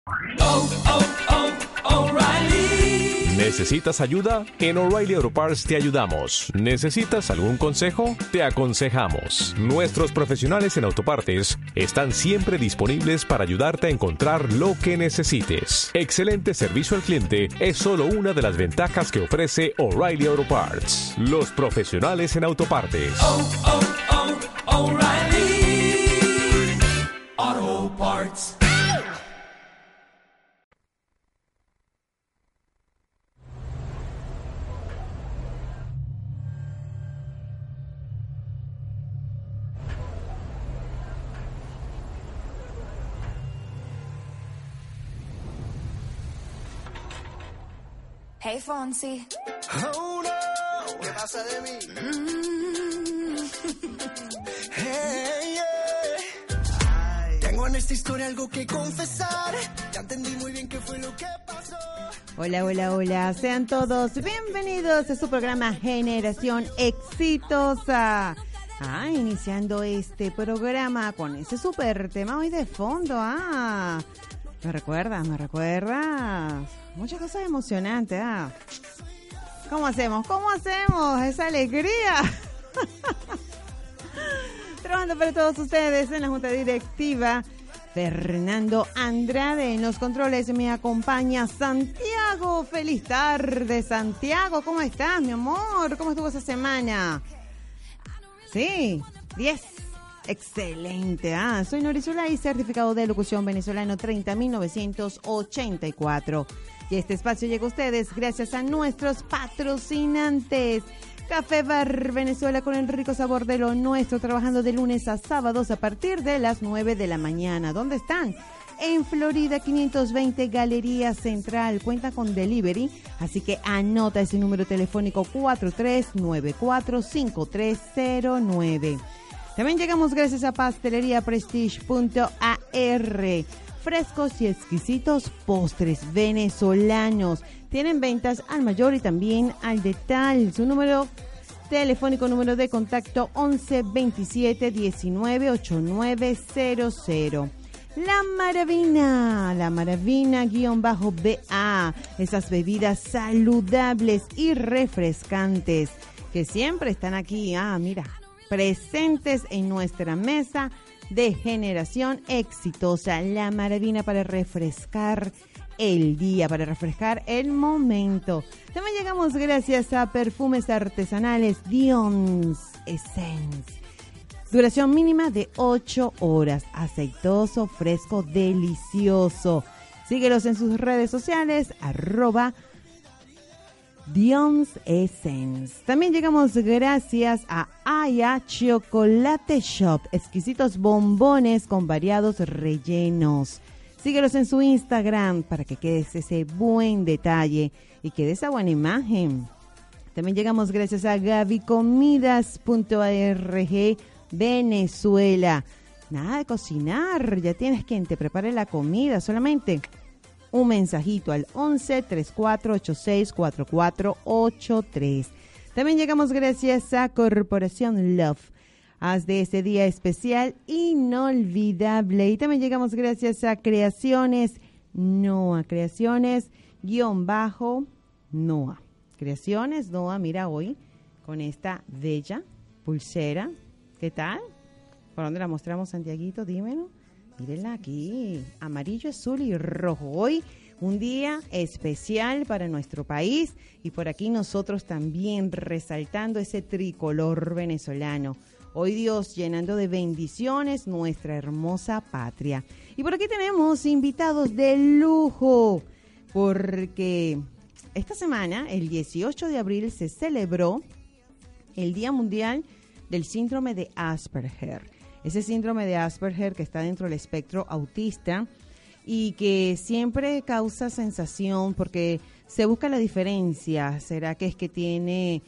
O'Reilly. ¿Necesitas ayuda? En O'Reilly Auto Parts te ayudamos. ¿Necesitas algún consejo? Te aconsejamos. Nuestros profesionales en autopartes están siempre disponibles para ayudarte a encontrar lo que necesites. Excelente servicio al cliente es solo una de las ventajas que ofrece O'Reilly Auto Parts. Los profesionales en autopartes. O'Reilly Auto Parts. Hey, Fonzie. Oh no, ¿qué pasa de mí? Hey, yeah. Tengo en esta historia algo que confesar. Ya entendí muy bien qué fue lo que pasó. Hola, hola, hola. Sean todos bienvenidos a su programa Generación Exitosa. Iniciando este programa con ese súper tema hoy de fondo. ¿Me recuerdas? Muchas cosas emocionantes. ¿Cómo hacemos esa alegría? Trabajando para todos ustedes en la Junta Directiva, Fernando Andrade. En los controles me acompaña Santiago. Feliz tarde, Santiago. ¿Cómo estás, mi amor? ¿Cómo estuvo esa semana? Sí, 10. Excelente. Soy Nori Zulay, certificado de locución venezolano 30.984. Y este espacio llega a ustedes gracias a nuestros patrocinantes. Café Bar Venezuela, con el rico sabor de lo nuestro, trabajando de lunes a sábados a partir de las 9 de la mañana. ¿Dónde están? En Florida 520, Galería Central. Cuenta con delivery, así que anota ese número telefónico 43945309. También llegamos gracias a Pastelería Prestige.ar. Frescos y exquisitos postres venezolanos. Tienen ventas al mayor y también al detal. Su número telefónico, número de contacto 11 27 19 8900. La Maravina_BA. Esas bebidas saludables y refrescantes que siempre están aquí. Mira, presentes en nuestra mesa de Generación Exitosa. La Maravina, para refrescar el día, para refrescar el momento. También llegamos gracias a Perfumes Artesanales Dion's Essence. Duración mínima de 8 horas. Aceitoso, fresco, delicioso. Síguelos en sus redes sociales, @Dion's Essence. También llegamos gracias a Aya Chocolate Shop. Exquisitos bombones con variados rellenos. Síguelos en su Instagram para que quedes ese buen detalle y quede esa buena imagen. También llegamos gracias a gavicomidas.org Venezuela. Nada de cocinar, ya tienes quien te prepare la comida, solamente un mensajito al 11 34 86 4483. También llegamos gracias a Corporación Love. Haz de este día especial inolvidable. Y también llegamos gracias a Creaciones Noa. Creaciones_Noa. Creaciones Noa, mira hoy con esta bella pulsera. ¿Qué tal? ¿Por dónde la mostramos, Santiaguito? Dímelo. Mírenla aquí, amarillo, azul y rojo. Hoy un día especial para nuestro país y por aquí nosotros también resaltando ese tricolor venezolano. Hoy Dios llenando de bendiciones nuestra hermosa patria. Y por aquí tenemos invitados de lujo, porque esta semana, el 18 de abril, se celebró el Día Mundial del Síndrome de Asperger. Ese síndrome de Asperger que está dentro del espectro autista y que siempre causa sensación porque se busca la diferencia. ¿Será que es que tiene...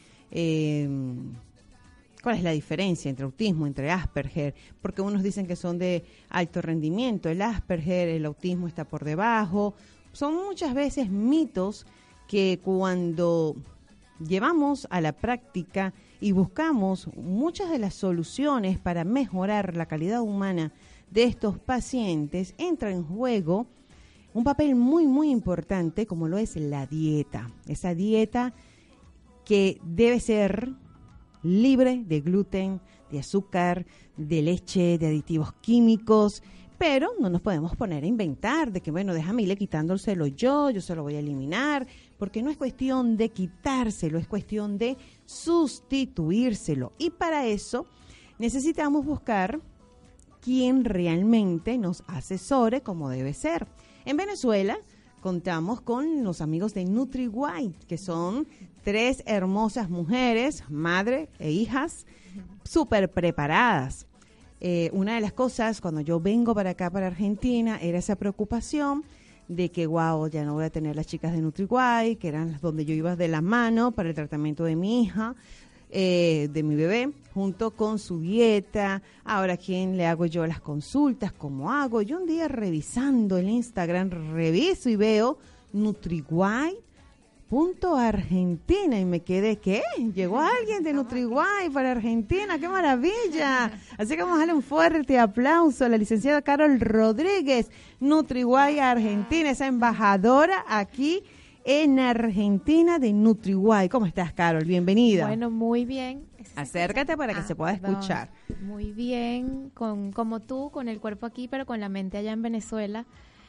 ¿Cuál es la diferencia entre autismo, entre Asperger? Porque unos dicen que son de alto rendimiento, el Asperger, el autismo está por debajo. Son muchas veces mitos que cuando llevamos a la práctica y buscamos muchas de las soluciones para mejorar la calidad humana de estos pacientes, entra en juego un papel muy, muy importante, como lo es la dieta. Esa dieta que debe ser libre de gluten, de azúcar, de leche, de aditivos químicos, pero no nos podemos poner a inventar de que, bueno, déjame irle quitándoselo yo se lo voy a eliminar, porque no es cuestión de quitárselo, es cuestión de sustituírselo. Y para eso necesitamos buscar quien realmente nos asesore como debe ser. En Venezuela contamos con los amigos de NutriWhite, que son 3 hermosas mujeres, madre e hijas, súper preparadas. Una de las cosas, cuando yo vengo para acá, para Argentina, era esa preocupación de que, wow, ya no voy a tener las chicas de NutriWhite, que eran las donde yo iba de la mano para el tratamiento de mi hija, de mi bebé, junto con su dieta. Ahora, ¿quién le hago yo las consultas? ¿Cómo hago? Yo un día revisando el Instagram, reviso y veo NutriWhite.Argentina y me quedé, ¿qué? Llegó alguien de NutriWhite para Argentina, ¡qué maravilla! Así que vamos a darle un fuerte aplauso a la licenciada Carol Rodríguez, NutriWhite Argentina, esa embajadora aquí en Argentina de NutriWhite. ¿Cómo estás, Carol? Bienvenida. Bueno, muy bien. Acércate para que se pueda escuchar. Muy bien, como tú, con el cuerpo aquí, pero con la mente allá en Venezuela.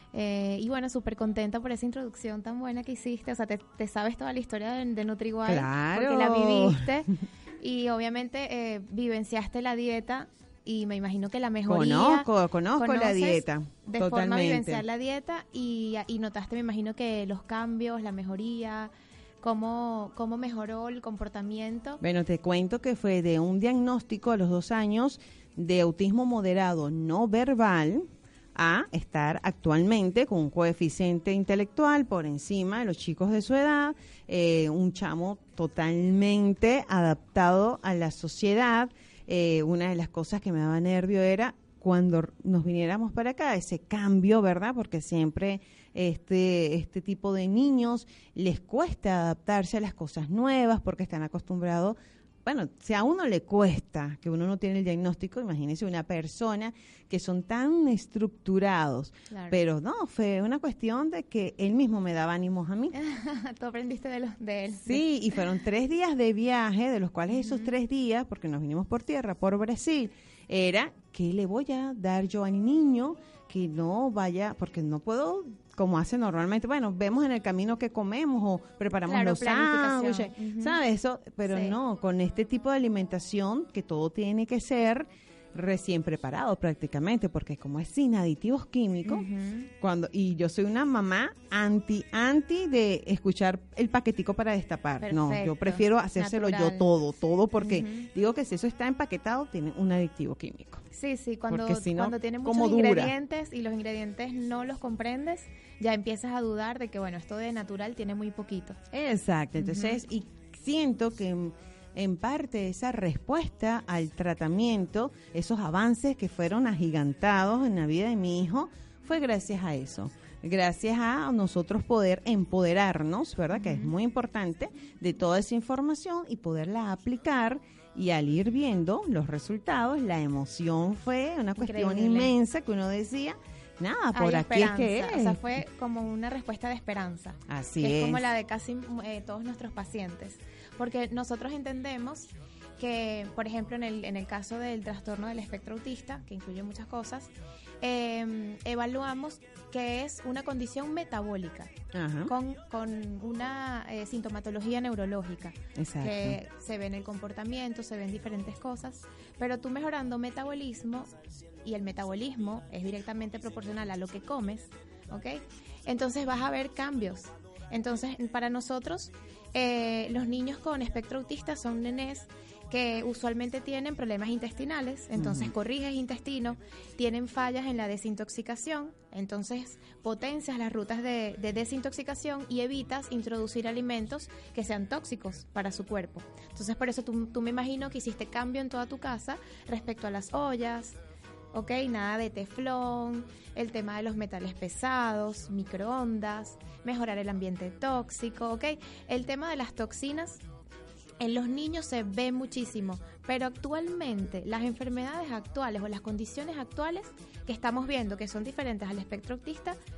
Y bueno, súper contenta por esa introducción tan buena que hiciste. O sea, te sabes toda la historia de NutriWhite. Claro. Porque la viviste. Y obviamente vivenciaste la dieta. Y me imagino que la mejoría. Conozco la dieta. De totalmente. forma vivenciar la dieta. Y notaste, me imagino, que los cambios, la mejoría, cómo mejoró el comportamiento. Bueno, te cuento que fue de un diagnóstico a los 2 años de autismo moderado no verbal a estar actualmente con un coeficiente intelectual por encima de los chicos de su edad, un chamo totalmente adaptado a la sociedad. Una de las cosas que me daba nervio era cuando nos viniéramos para acá, ese cambio, ¿verdad? Porque siempre este tipo de niños les cuesta adaptarse a las cosas nuevas porque están acostumbrados. Bueno, si a uno le cuesta, que uno no tiene el diagnóstico, imagínese una persona que son tan estructurados. Claro. Pero no, fue una cuestión de que él mismo me daba ánimos a mí. Tú aprendiste de él. Sí, y fueron 3 días de viaje, de los cuales esos 3 días, porque nos vinimos por tierra, por Brasil, era ¿qué le voy a dar yo a mi niño que no vaya, porque no puedo, como hace normalmente, bueno, vemos en el camino que comemos o preparamos los sándwiches, ¿sabes? Eso, pero sí. No, con este tipo de alimentación que todo tiene que ser recién preparado prácticamente, porque como es sin aditivos químicos, y yo soy una mamá anti de escuchar el paquetico para destapar. Perfecto. No, yo prefiero hacérselo natural. Yo todo, porque digo que si eso está empaquetado tiene un aditivo químico. Sí, cuando tiene muchos ingredientes y los ingredientes no los comprendes, ya empiezas a dudar de que, bueno, esto de natural tiene muy poquito. Exacto, entonces, y siento que en parte esa respuesta al tratamiento, esos avances que fueron agigantados en la vida de mi hijo, fue gracias a eso. Gracias a nosotros poder empoderarnos, ¿verdad? Que es muy importante, de toda esa información y poderla aplicar. Y al ir viendo los resultados, la emoción fue una cuestión inmensa que uno decía, nada, por aquí es que es. O sea, fue como una respuesta de esperanza. Así es. Como la de casi todos nuestros pacientes. Porque nosotros entendemos que, por ejemplo, en el caso del trastorno del espectro autista, que incluye muchas cosas, evaluamos que es una condición metabólica con una sintomatología neurológica. Exacto. Que se ve en el comportamiento, se ven diferentes cosas, pero tú mejorando metabolismo, y el metabolismo es directamente proporcional a lo que comes, ¿ok? Entonces vas a ver cambios. Entonces, para nosotros, los niños con espectro autista son nenes que usualmente tienen problemas intestinales, entonces corriges intestino, tienen fallas en la desintoxicación, entonces potencias las rutas de desintoxicación y evitas introducir alimentos que sean tóxicos para su cuerpo. Entonces, por eso tú me imagino que hiciste cambio en toda tu casa respecto a las ollas, ¿ok? Nada de teflón, el tema de los metales pesados, microondas, mejorar el ambiente tóxico, ¿ok? El tema de las toxinas en los niños se ve muchísimo, pero actualmente las enfermedades actuales o las condiciones actuales que estamos viendo que son diferentes al espectro autista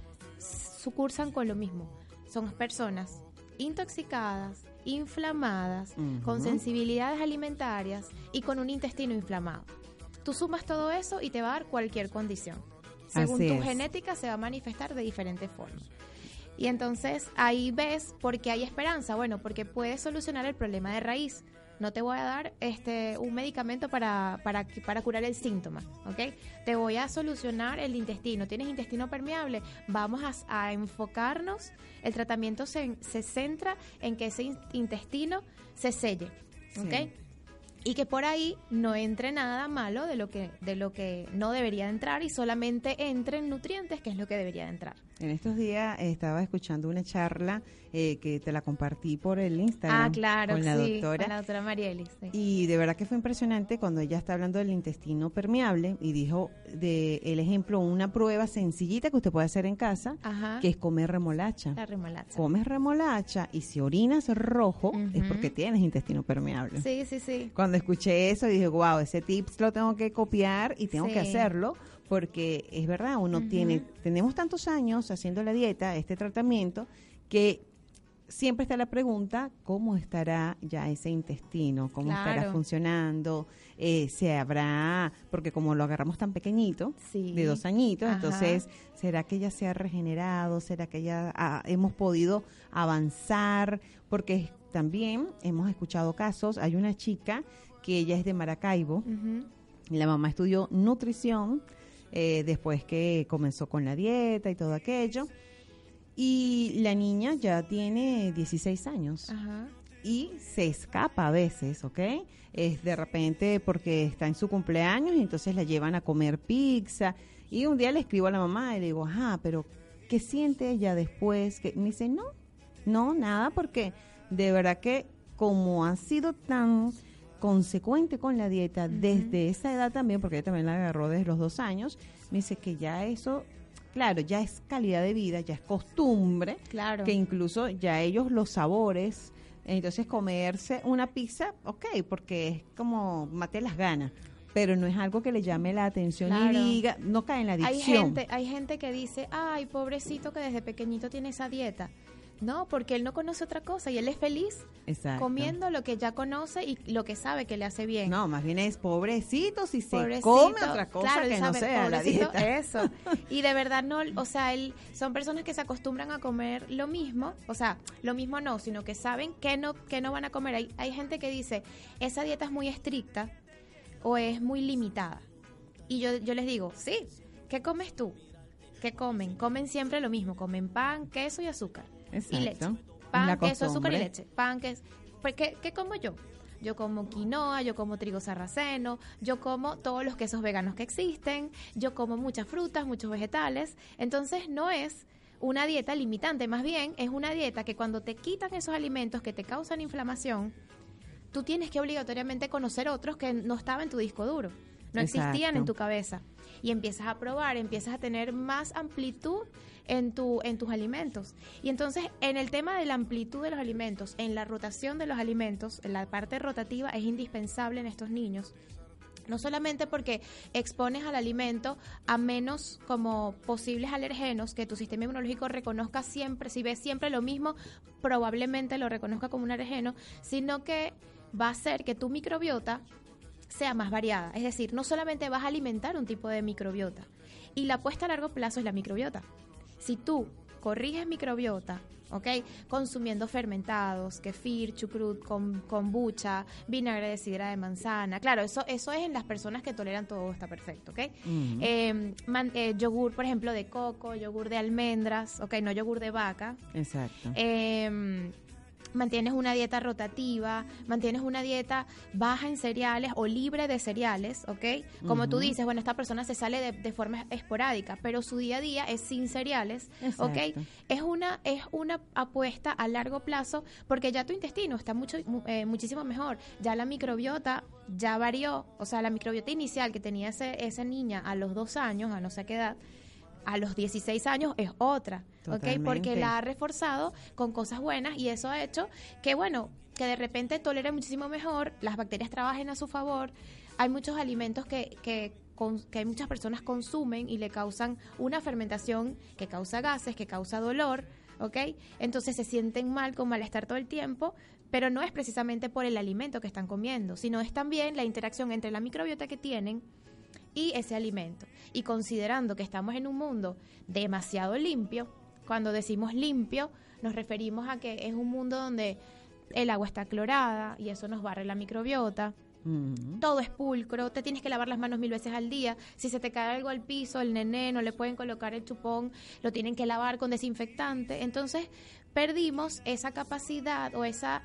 cursan con lo mismo. Son personas intoxicadas, inflamadas, con sensibilidades alimentarias y con un intestino inflamado. Tú sumas todo eso y te va a dar cualquier condición. Según tu genética se va a manifestar de diferentes formas. Y entonces ahí ves por qué hay esperanza. Bueno, porque puedes solucionar el problema de raíz. No te voy a dar un medicamento para curar el síntoma, ¿ok? Te voy a solucionar el intestino. ¿Tienes intestino permeable? Vamos a enfocarnos. El tratamiento se centra en que ese intestino se selle, ¿ok? Sí. Y que por ahí no entre nada malo de lo que no debería de entrar y solamente entren nutrientes, que es lo que debería de entrar. En estos días estaba escuchando una charla que te la compartí por el Instagram. Claro, con la doctora. Con la doctora Marielis. Sí. Y de verdad que fue impresionante cuando ella está hablando del intestino permeable y dijo el ejemplo, una prueba sencillita que usted puede hacer en casa, que es comer remolacha. La remolacha. Comes remolacha y si orinas rojo es porque tienes intestino permeable. Sí, sí, sí. Cuando escuché eso dije, wow, ese tips lo tengo que copiar y tengo que hacerlo. Porque es verdad, uno tenemos tantos años haciendo la dieta, este tratamiento, que siempre está la pregunta, ¿cómo estará ya ese intestino? ¿Cómo estará funcionando? ¿Se habrá, porque como lo agarramos tan pequeñito, de 2 añitos, entonces, ¿será que ya se ha regenerado? ¿Será que ya hemos podido avanzar? Porque también hemos escuchado casos, hay una chica que ella es de Maracaibo, y la mamá estudió nutrición, después que comenzó con la dieta y todo aquello, y la niña ya tiene 16 años y se escapa a veces, ¿ok? Es de repente porque está en su cumpleaños y entonces la llevan a comer pizza y un día le escribo a la mamá y le digo, pero ¿qué siente ella después? Que me dice, no, nada, porque de verdad que como ha sido tan consecuente con la dieta desde esa edad también, porque ella también la agarró desde los 2 años, me dice que ya eso, claro, ya es calidad de vida, ya es costumbre, que incluso ya ellos los sabores, entonces comerse una pizza, porque es como mate las ganas, pero no es algo que le llame la atención y diga, no cae en la adicción. Hay gente que dice, ay, pobrecito que desde pequeñito tiene esa dieta. No, porque él no conoce otra cosa y él es feliz comiendo lo que ya conoce y lo que sabe que le hace bien. No, más bien es pobrecito si se come otra cosa que no sea la dieta. Eso. Y de verdad no, o sea, son personas que se acostumbran a comer lo mismo, o sea, lo mismo no, sino que saben que no van a comer. Hay gente que dice, esa dieta es muy estricta o es muy limitada. Y yo les digo, sí, ¿qué comes tú? ¿Qué comen? Comen siempre lo mismo, comen pan, queso y azúcar. Exacto. Y leche. Pan, queso, azúcar y leche. Pan, queso. ¿Qué como yo? Yo como quinoa, yo como trigo sarraceno, yo como todos los quesos veganos que existen, yo como muchas frutas, muchos vegetales. Entonces no es una dieta limitante, más bien es una dieta que cuando te quitan esos alimentos que te causan inflamación, tú tienes que obligatoriamente conocer otros que no estaban en tu disco duro, no existían en tu cabeza. Y empiezas a probar, empiezas a tener más amplitud en tus alimentos. Y entonces, en el tema de la amplitud de los alimentos, en la rotación de los alimentos, en la parte rotativa es indispensable en estos niños. No solamente porque expones al alimento a menos como posibles alergenos que tu sistema inmunológico reconozca siempre, si ves siempre lo mismo, probablemente lo reconozca como un alergeno, sino que va a hacer que tu microbiota sea más variada. Es decir, no solamente vas a alimentar un tipo de microbiota, y la apuesta a largo plazo es la microbiota. Si tú corriges microbiota, consumiendo fermentados, kefir, chucrut, kombucha, vinagre de sidra de manzana, claro, eso es en las personas que toleran todo, está perfecto, yogur, por ejemplo, de coco, yogur de almendras, no yogur de vaca. Exacto. Mantienes una dieta rotativa, mantienes una dieta baja en cereales o libre de cereales, Como tú dices, bueno, esta persona se sale de forma esporádica, pero su día a día es sin cereales, Es una apuesta a largo plazo porque ya tu intestino está muchísimo mejor, ya la microbiota ya varió, o sea, la microbiota inicial que tenía esa niña a los 2 años, a no sé qué edad, a los 16 años es otra, porque la ha reforzado con cosas buenas y eso ha hecho que, que de repente tolere muchísimo mejor, las bacterias trabajen a su favor. Hay muchos alimentos que que muchas personas consumen y le causan una fermentación que causa gases, que causa dolor, ¿ok? Entonces se sienten mal, con malestar todo el tiempo, pero no es precisamente por el alimento que están comiendo, sino es también la interacción entre la microbiota que tienen y ese alimento. Y considerando que estamos en un mundo demasiado limpio, cuando decimos limpio, nos referimos a que es un mundo donde el agua está clorada y eso nos barre la microbiota. Todo es pulcro, te tienes que lavar las manos 1000 veces al día. Si se te cae algo al piso, el nené no le pueden colocar el chupón, lo tienen que lavar con desinfectante. Entonces perdimos esa capacidad o esa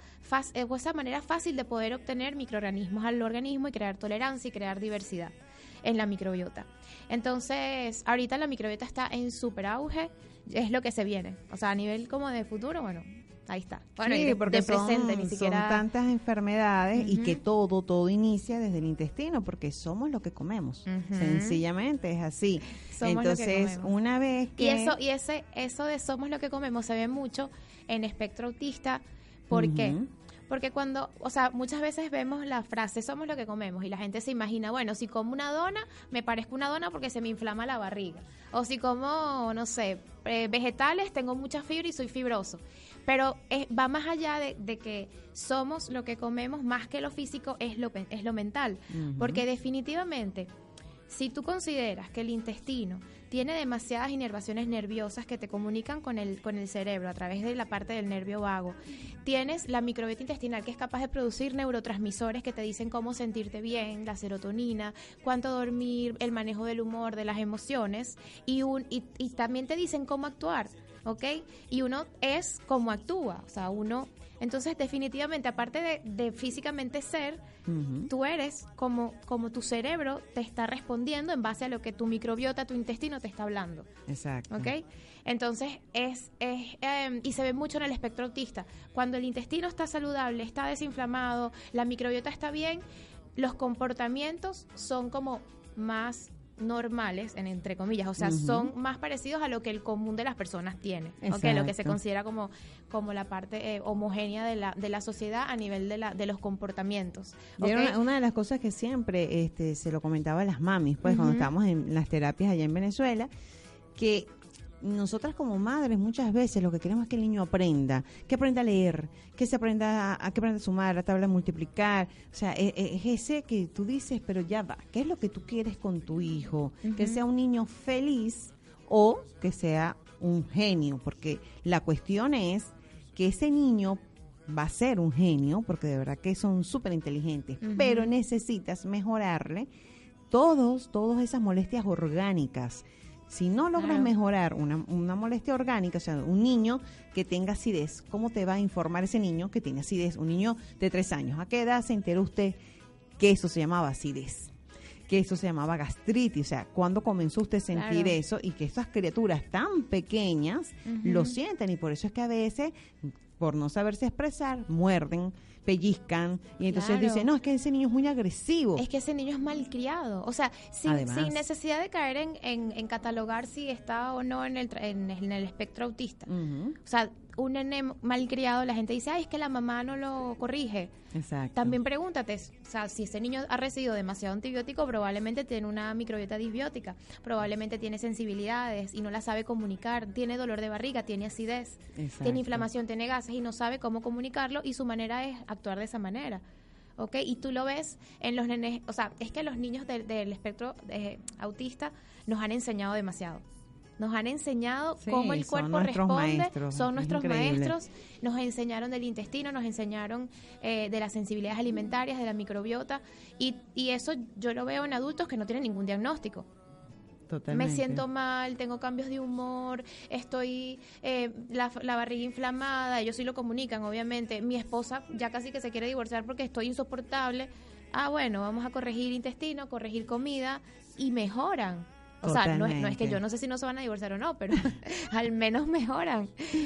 manera fácil de poder obtener microorganismos al organismo y crear tolerancia y crear diversidad en la microbiota. Entonces ahorita la microbiota está en súper auge, es lo que se viene, o sea, a nivel como de futuro, bueno, ahí está. Bueno, sí, porque presente, ni siquiera... son tantas enfermedades y que todo inicia desde el intestino, porque somos lo que comemos. Sencillamente es así. Somos entonces, una vez que... Y eso de somos lo que comemos se ve mucho en espectro autista. ¿Por qué? Porque muchas veces vemos la frase somos lo que comemos y la gente se imagina, bueno, si como una dona, me parezco una dona porque se me inflama la barriga. O si como, no sé, vegetales, tengo mucha fibra y soy fibroso. Pero va más allá de que somos lo que comemos, más que lo físico, es lo mental. Porque definitivamente, si tú consideras que el intestino tiene demasiadas inervaciones nerviosas que te comunican con el cerebro a través de la parte del nervio vago, tienes la microbiota intestinal que es capaz de producir neurotransmisores que te dicen cómo sentirte bien, la serotonina, cuánto dormir, el manejo del humor, de las emociones, y también te dicen cómo actuar, ¿ok? Y uno es como actúa, o sea, uno... Entonces, definitivamente, aparte de físicamente ser, tú eres como tu cerebro te está respondiendo en base a lo que tu microbiota, tu intestino te está hablando. Exacto. ¿Ok? Entonces, y se ve mucho en el espectro autista. Cuando el intestino está saludable, está desinflamado, la microbiota está bien, los comportamientos son como más normales, entre comillas, o sea, son más parecidos a lo que el común de las personas tiene, ¿okay? Lo que se considera como la parte homogénea de la sociedad a nivel de los comportamientos. ¿Okay? Una de las cosas que siempre se lo comentaba a las mamis, pues cuando estábamos en las terapias allá en Venezuela, que nosotras como madres muchas veces lo que queremos es que el niño aprenda, que aprenda a leer, que aprenda a sumar, a tabla de multiplicar, o sea, es ese que tú dices, pero ya va, ¿qué es lo que tú quieres con tu hijo? Que sea un niño feliz o que sea un genio, porque la cuestión es que ese niño va a ser un genio, porque de verdad que son súper inteligentes, pero necesitas mejorarle todas esas molestias orgánicas. Si no logras mejorar una molestia orgánica, o sea, un niño que tenga acidez, ¿cómo te va a informar ese niño que tiene acidez? Un niño de 3 años. ¿A qué edad se enteró usted que eso se llamaba acidez? Que eso se llamaba gastritis. O sea, ¿cuándo comenzó usted a sentir eso? Y que estas criaturas tan pequeñas lo sienten. Y por eso es que a veces, por no saberse expresar, muerden, pellizcan, y entonces dicen, no, es que ese niño es muy agresivo. Es que ese niño es malcriado, o sea, sin necesidad de caer en catalogar si está o no en el espectro autista. O sea, un nene malcriado, la gente dice, ay, es que la mamá no lo corrige. Exacto. También pregúntate, o sea, si ese niño ha recibido demasiado antibiótico, probablemente tiene una microbiota disbiótica, probablemente tiene sensibilidades y no la sabe comunicar, tiene dolor de barriga, tiene acidez, tiene inflamación, tiene gases y no sabe cómo comunicarlo, y su manera es actuar de esa manera. ¿Ok? Y tú lo ves en los nenes, o sea, es que los niños del espectro autista nos han enseñado demasiado. Nos han enseñado cómo el cuerpo responde, son nuestros maestros, nos enseñaron del intestino, nos enseñaron de las sensibilidades alimentarias, de la microbiota, y eso yo lo veo en adultos que no tienen ningún diagnóstico. Totalmente. Me siento mal, tengo cambios de humor, estoy la barriga inflamada, ellos sí lo comunican, obviamente. Mi esposa ya casi que se quiere divorciar porque estoy insoportable. Bueno, vamos a corregir intestino, corregir comida, y mejoran. O sea, no es que yo no sé si no se van a divorciar o no, pero al menos mejoran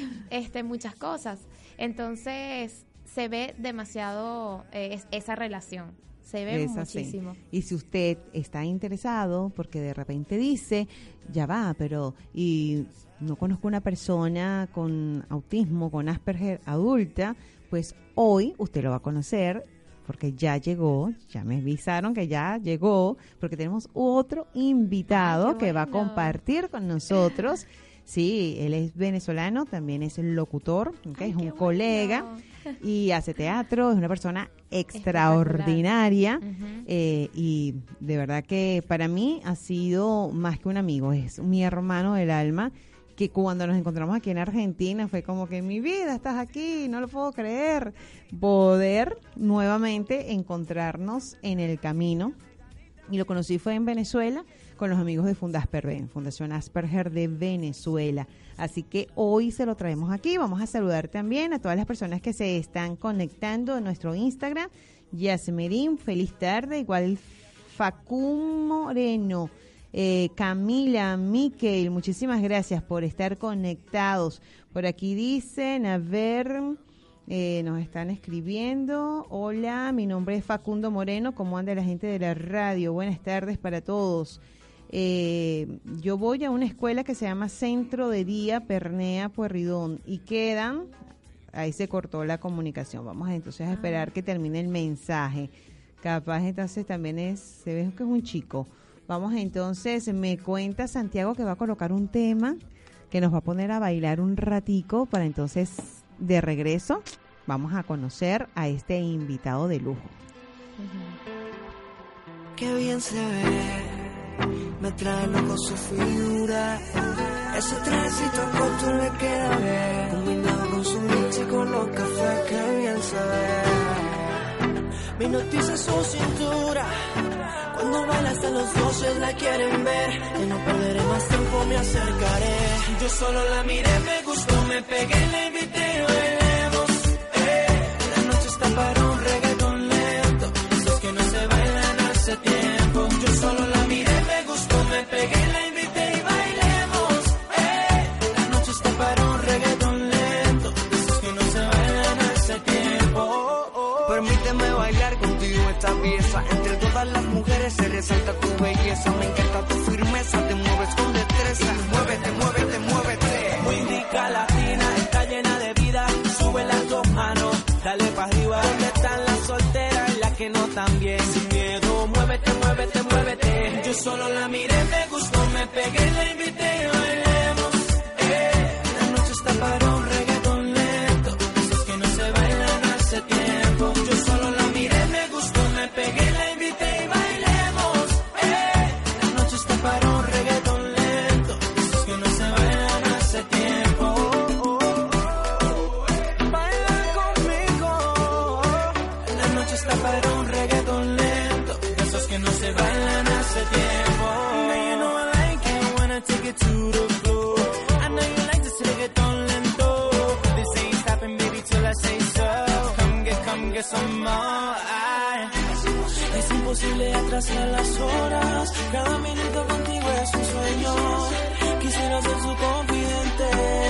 muchas cosas. Entonces, se ve demasiado esa relación. Se ve muchísimo. Así. Y si usted está interesado, porque de repente dice, ya va, pero y no conozco una persona con autismo, con Asperger adulta, pues hoy usted lo va a conocer porque ya llegó, ya me avisaron que ya llegó, porque tenemos otro invitado que va a compartir con nosotros. Sí, él es venezolano, también es locutor, ¿okay? Es un colega y hace teatro, es una persona extraordinaria y de verdad que para mí ha sido más que un amigo, es mi hermano del alma, que cuando nos encontramos aquí en Argentina fue como que mi vida, estás aquí, no lo puedo creer, poder nuevamente encontrarnos en el camino. Y lo conocí fue en Venezuela con los amigos de Fundasperven, Fundación Asperger de Venezuela. Así que hoy se lo traemos aquí. Vamos a saludar también a todas las personas que se están conectando en nuestro Instagram. Yasmerín, feliz tarde. Igual Facún Moreno, Camila, Miquel, muchísimas gracias por estar conectados. Por aquí dicen, a ver... nos están escribiendo. Hola, mi nombre es Facundo Moreno. ¿Cómo anda la gente de la radio? Buenas tardes para todos. Yo voy a una escuela que se llama Centro de Día Pernea Puerridón y quedan, ahí se cortó la comunicación. Vamos entonces a esperar que termine el mensaje. Capaz entonces también se ve que es un chico. Vamos entonces, me cuenta Santiago que va a colocar un tema que nos va a poner a bailar un ratico para entonces... De regreso, vamos a conocer a este invitado de lujo. Qué bien se ve, me trae loco su figura. Ese trajecito corto le queda bien, combinado con su leche y con los cafés. Qué bien se ve, me hipnotiza su cintura. Cuando baila hasta los dioses la quieren ver. Y no perderé más tiempo, me acercaré. Yo solo la miré, me gustó, me pegué, la invité y bailemos. La noche está para un reggaetón lento, esos que no se bailan hace tiempo. Yo solo la miré, me gustó, me pegué, la invité y bailemos. La noche está para un reggaetón lento, esos que no se bailan hace tiempo. Permíteme bailar contigo esta pieza. Entre todas las mujeres se resalta tu belleza. Me encanta tu firmeza, te mueves con destreza. Muévete, muévete, muévete. Muy rica latina, está llena de vida. Sube las dos manos, dale pa' arriba. ¿Dónde están las solteras y las que no tan bien? Sin miedo, muévete, muévete, muévete. Yo solo la miré, me gustó, me pegué, la invité y bailemos. La noche está para un reggaetón lento, esos que no se bailan hace tiempo. Yo solo la miré, me gustó, me pegué, la invité y bailemos. La noche está para un reggaetón lento, esos que no se bailan hace tiempo. Baila conmigo. La noche está para un reggaetón lento, esos que no se bailan hace tiempo. Now you know I like it when I take it to the floor. I know you like this reggaetón lento. This ain't stopping, baby, till I say so. Come get some more. Es imposible atrasar las horas. Cada minuto contigo es un sueño. Quisiera ser su confidente.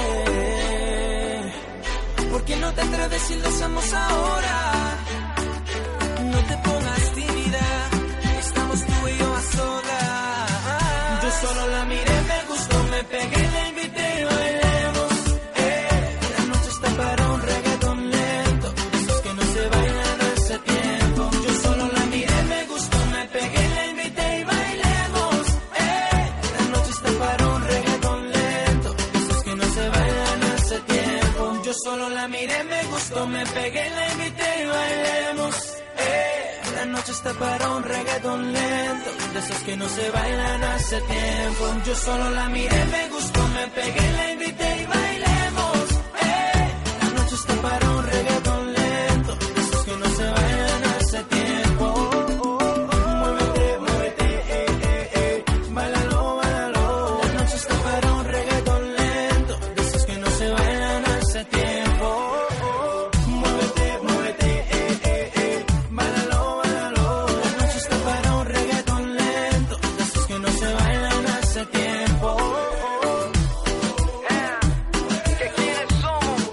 ¿Por qué no te atreves si lo hacemos ahora? No te pongas tímida, estamos tú y yo a solas. Yo solo la miré, me gustó, me pegué, la invité y bailemos. La noche está para un reggaetón lento, esos que no se bailan hace tiempo. Yo solo la miré, me gustó, me pegué, la invité y bailemos. La noche está para un reggaetón lento, esos que no se bailan hace tiempo. Yo solo la miré, me gustó, me pegué, la invité y bailemos. La noche está para un reggaetón lento, de esos que no se bailan hace tiempo. Yo solo la miré, me gustó, me pegué, la invité y bailemos. La noche está para un reggaetón lento, de esos que no se bailan hace tiempo. Muévete, muévete, báilalo, báilalo. La noche está para un reggaetón lento, de esos que no se bailan hace tiempo. Muévete, muévete, báilalo, báilalo. La noche está para un reggaetón lento, de esos que no se bailan hace tiempo. ¿Qué quieres somos?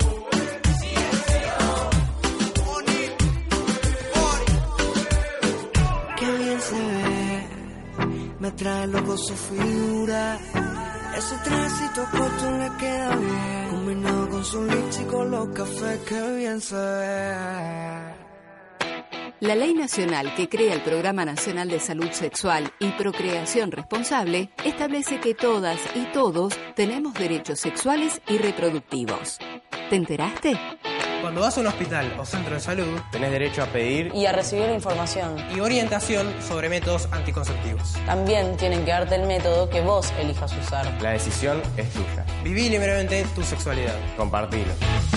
Qué bien se ve, me trae loco su figura. Ese trajecito corto le queda bien, combinado con su leche y con los cafés. Qué bien se ve. La Ley Nacional que crea el Programa Nacional de Salud Sexual y Procreación Responsable establece que todas y todos tenemos derechos sexuales y reproductivos. ¿Te enteraste? Cuando vas a un hospital o centro de salud, tenés derecho a pedir y a recibir información y orientación sobre métodos anticonceptivos. También tienen que darte el método que vos elijas usar. La decisión es tuya. Viví libremente tu sexualidad. Compartilo.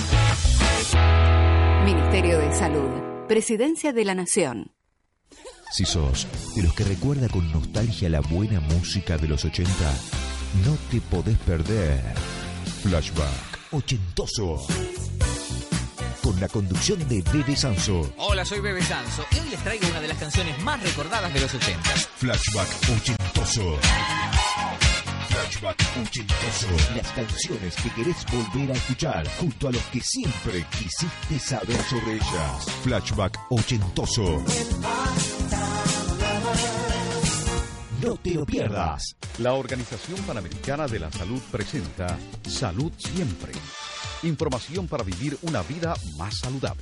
Ministerio de Salud. Presidencia de la Nación. Si sos de los que recuerda con nostalgia la buena música de los 80, no te podés perder Flashback Ochentoso, con la conducción de Bebe Sanso. Hola, soy Bebe Sanso y hoy les traigo una de las canciones más recordadas de los 80. Flashback Ochentoso. Flashback Ochentoso. Las canciones que querés volver a escuchar junto a los que siempre quisiste saber sobre ellas. Flashback Ochentoso. No te lo pierdas. La Organización Panamericana de la Salud presenta Salud Siempre. Información para vivir una vida más saludable.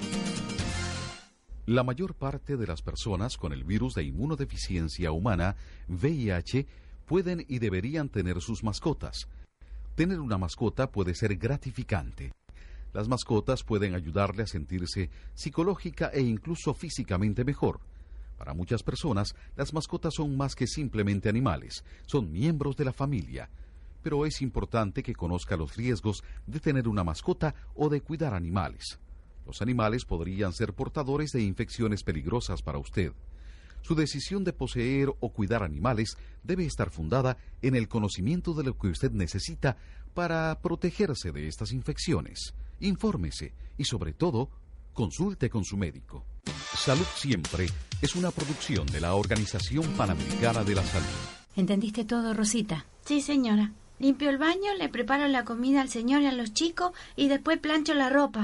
La mayor parte de las personas con el virus de inmunodeficiencia humana, VIH, pueden y deberían tener sus mascotas. Tener una mascota puede ser gratificante. Las mascotas pueden ayudarle a sentirse psicológica e incluso físicamente mejor. Para muchas personas, las mascotas son más que simplemente animales, son miembros de la familia. Pero es importante que conozca los riesgos de tener una mascota o de cuidar animales. Los animales podrían ser portadores de infecciones peligrosas para usted. Su decisión de poseer o cuidar animales debe estar fundada en el conocimiento de lo que usted necesita para protegerse de estas infecciones. Infórmese y, sobre todo, consulte con su médico. Salud Siempre es una producción de la Organización Panamericana de la Salud. ¿Entendiste todo, Rosita? Sí, señora. Limpio el baño, le preparo la comida al señor y a los chicos y después plancho la ropa.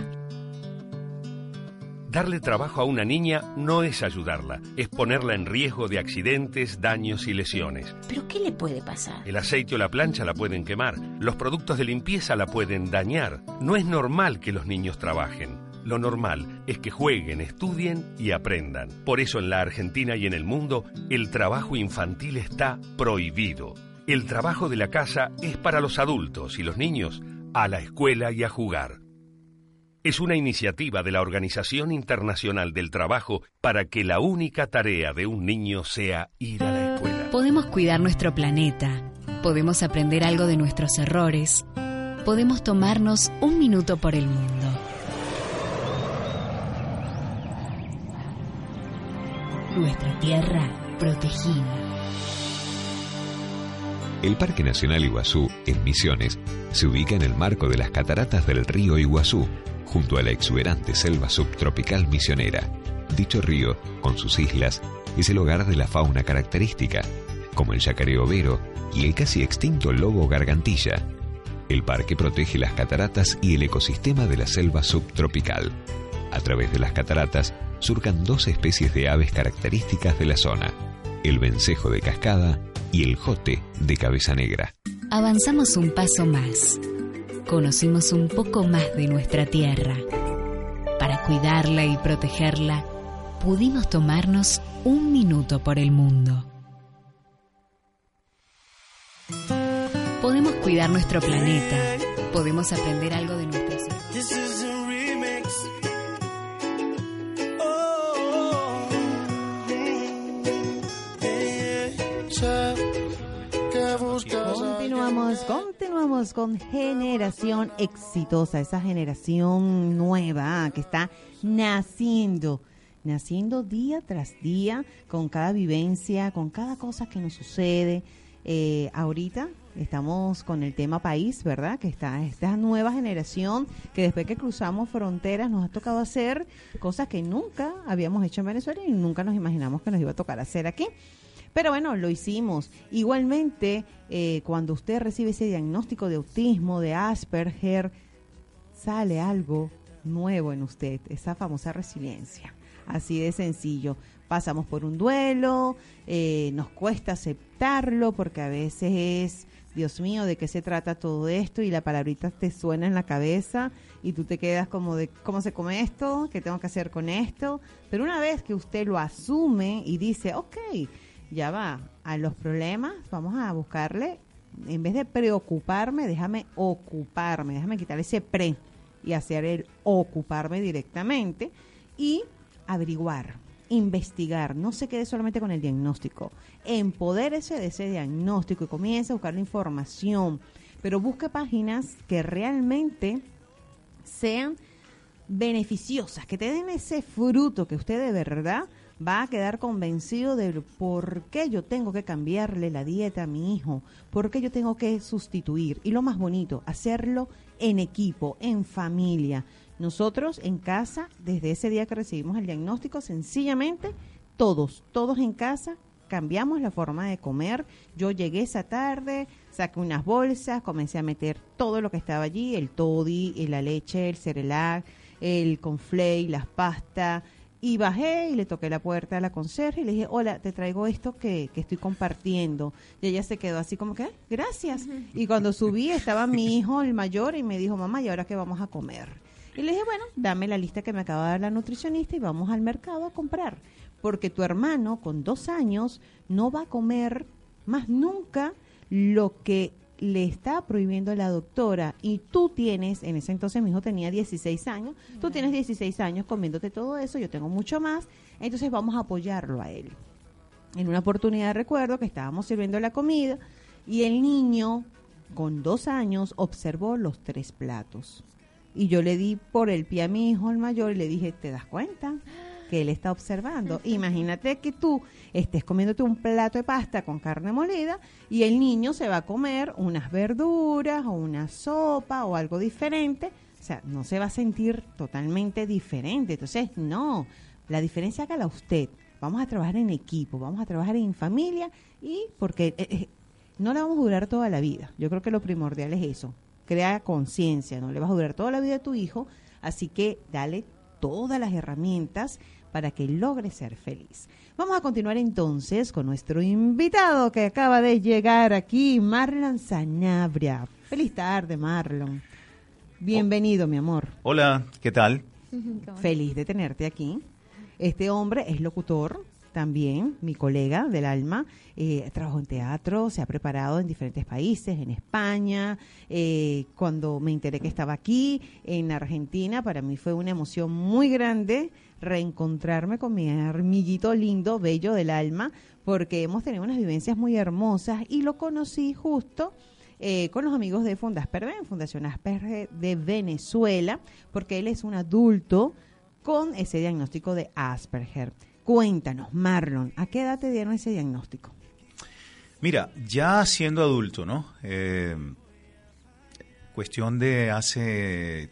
Darle trabajo a una niña no es ayudarla, es ponerla en riesgo de accidentes, daños y lesiones. ¿Pero qué le puede pasar? El aceite o la plancha la pueden quemar, los productos de limpieza la pueden dañar. No es normal que los niños trabajen. Lo normal es que jueguen, estudien y aprendan. Por eso en la Argentina y en el mundo, el trabajo infantil está prohibido. El trabajo de la casa es para los adultos y los niños a la escuela y a jugar. Es una iniciativa de la Organización Internacional del Trabajo para que la única tarea de un niño sea ir a la escuela. Podemos cuidar nuestro planeta, podemos aprender algo de nuestros errores, podemos tomarnos un minuto por el mundo. Nuestra tierra protegida. El Parque Nacional Iguazú, en Misiones, se ubica en el marco de las cataratas del río Iguazú, junto a la exuberante selva subtropical misionera. Dicho río, con sus islas, es el hogar de la fauna característica, como el yacaré overo y el casi extinto lobo gargantilla. El parque protege las cataratas y el ecosistema de la selva subtropical. A través de las cataratas surcan dos especies de aves características de la zona, el vencejo de cascada y el jote de cabeza negra. Avanzamos un paso más. Conocimos un poco más de nuestra tierra. Para cuidarla y protegerla, pudimos tomarnos un minuto por el mundo. Podemos cuidar nuestro planeta. Podemos aprender algo de nuestros hijos. Continuamos con Generación Exitosa, esa generación nueva que está naciendo día tras día, con cada vivencia, con cada cosa que nos sucede. Ahorita estamos con el tema país, ¿verdad? Que está esta nueva generación que después que cruzamos fronteras nos ha tocado hacer cosas que nunca habíamos hecho en Venezuela y nunca nos imaginamos que nos iba a tocar hacer aquí. Pero bueno, lo hicimos. Igualmente, cuando usted recibe ese diagnóstico de autismo, de Asperger, sale algo nuevo en usted, esa famosa resiliencia. Así de sencillo. Pasamos por un duelo, nos cuesta aceptarlo porque a veces es Dios mío, ¿de qué se trata todo esto? Y la palabrita te suena en la cabeza y tú te quedas como de, ¿cómo se come esto? ¿Qué tengo que hacer con esto? Pero una vez que usted lo asume y dice, ok, ya va, a los problemas vamos a buscarle, en vez de preocuparme, déjame ocuparme, déjame quitar ese pre y hacer el ocuparme directamente y averiguar, investigar, no se quede solamente con el diagnóstico, empodérese de ese diagnóstico y comience a buscar la información, pero busque páginas que realmente sean beneficiosas, que te den ese fruto que usted de verdad va a quedar convencido de por qué yo tengo que cambiarle la dieta a mi hijo, por qué yo tengo que sustituir. Y lo más bonito, hacerlo en equipo, en familia. Nosotros en casa, desde ese día que recibimos el diagnóstico, sencillamente todos en casa cambiamos la forma de comer. Yo llegué esa tarde, saqué unas bolsas, comencé a meter todo lo que estaba allí, el toddy, la leche, el cerelac, el conflay, las pastas, y bajé y le toqué la puerta a la conserje y le dije, hola, te traigo esto que estoy compartiendo. Y ella se quedó así como que, gracias. Y cuando subí estaba mi hijo, el mayor, y me dijo, mamá, ¿y ahora qué vamos a comer? Y le dije, bueno, dame la lista que me acaba de dar la nutricionista y vamos al mercado a comprar. Porque tu hermano con 2 años no va a comer más nunca lo que le está prohibiendo la doctora, y tú tienes, en ese entonces mi hijo tenía 16 años, tú tienes 16 años comiéndote todo eso, yo tengo mucho más, entonces vamos a apoyarlo a él. En una oportunidad recuerdo que estábamos sirviendo la comida y el niño con 2 años observó los 3 platos. Y yo le di por el pie a mi hijo, el mayor, y le dije, ¿te das cuenta que él está observando? Imagínate que tú estés comiéndote un plato de pasta con carne molida y el niño se va a comer unas verduras o una sopa o algo diferente. O sea, no se va a sentir totalmente diferente. Entonces, no, la diferencia hágala usted. Vamos a trabajar en equipo, vamos a trabajar en familia, y porque no la vamos a durar toda la vida. Yo creo que lo primordial es eso. Crea conciencia, no le vas a durar toda la vida a tu hijo, así que dale todas las herramientas para que logre ser feliz. Vamos a continuar entonces con nuestro invitado que acaba de llegar aquí, Marlon Sanabria. Feliz tarde, Marlon. Bienvenido, mi amor. Hola, ¿qué tal? Feliz de tenerte aquí. Este hombre es locutor también, mi colega del alma, trabajó en teatro, se ha preparado en diferentes países, en España. Cuando me enteré que estaba aquí, en Argentina, para mí fue una emoción muy grande reencontrarme con mi amiguito lindo, bello del alma, porque hemos tenido unas vivencias muy hermosas y lo conocí justo con los amigos de Fundasperven, Fundación Asperger de Venezuela, porque él es un adulto con ese diagnóstico de Asperger. Cuéntanos, Marlon, ¿a qué edad te dieron ese diagnóstico? Mira, ya siendo adulto, ¿no? Cuestión de hace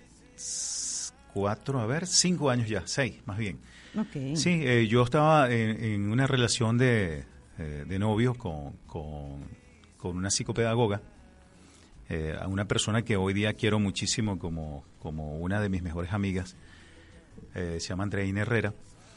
5 años ya, 6 más bien. Okay. Sí, yo estaba en una relación de novio con una psicopedagoga, a una persona que hoy día quiero muchísimo como una de mis mejores amigas, se llama Andreina Herrera.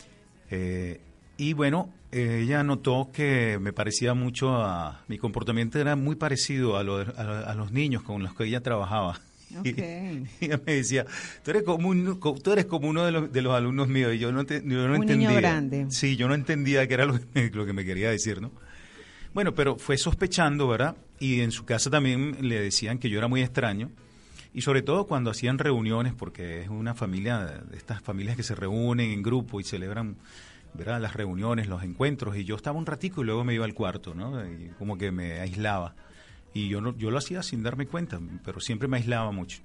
Y bueno, ella notó que me parecía mucho mi comportamiento era muy parecido a los niños con los que ella trabajaba. Okay. Y ella me decía, tú eres como uno de los alumnos míos, y yo no entendía. Un niño grande. Sí, yo no entendía qué era lo que me quería decir, ¿no? Bueno, pero fue sospechando, ¿verdad? Y en su casa también le decían que yo era muy extraño. Y sobre todo cuando hacían reuniones, porque es una familia, de estas familias que se reúnen en grupo y celebran, ¿verdad?, las reuniones, los encuentros, y yo estaba un ratico y luego me iba al cuarto, ¿no? Y como que me aislaba. Y yo lo hacía sin darme cuenta, pero siempre me aislaba mucho.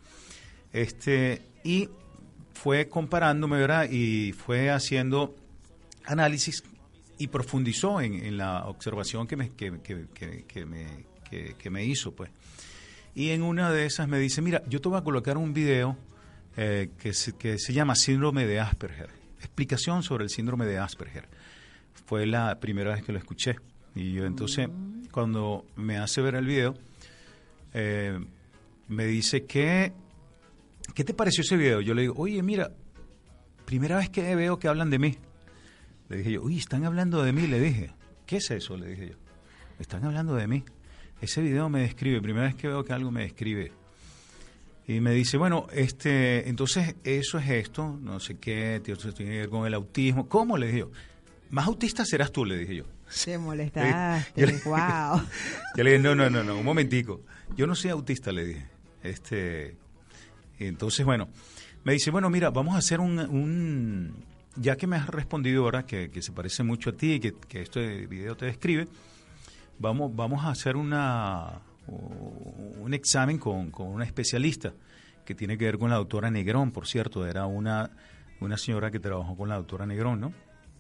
Y fue comparándome, ¿verdad?, y fue haciendo análisis y profundizó en la observación que me hizo, pues. Y en una de esas me dice, mira, yo te voy a colocar un video que se llama Síndrome de Asperger. Explicación sobre el síndrome de Asperger. Fue la primera vez que lo escuché. Y yo entonces, cuando me hace ver el video, me dice, ¿qué te pareció ese video? Yo le digo, oye, mira, primera vez que veo que hablan de mí. Le dije yo, uy, están hablando de mí, le dije. ¿Qué es eso? Le dije yo. Están hablando de mí. ese video me describe, primera vez que veo que algo me describe. Y me dice, bueno, entonces eso es esto, no sé qué, tío, esto tiene que ver con el autismo. ¿Cómo? Le dije yo. Más autista serás tú, le dije yo. Te molestaste, wow. Yo le dije, no, un momentico. Yo no soy autista, le dije. Entonces, bueno, me dice, bueno, mira, vamos a hacer ya que me has respondido ahora que se parece mucho a ti y que este video te describe, vamos a hacer un examen con una especialista que tiene que ver con la doctora Negrón, por cierto, era una señora que trabajó con la doctora Negrón, ¿no?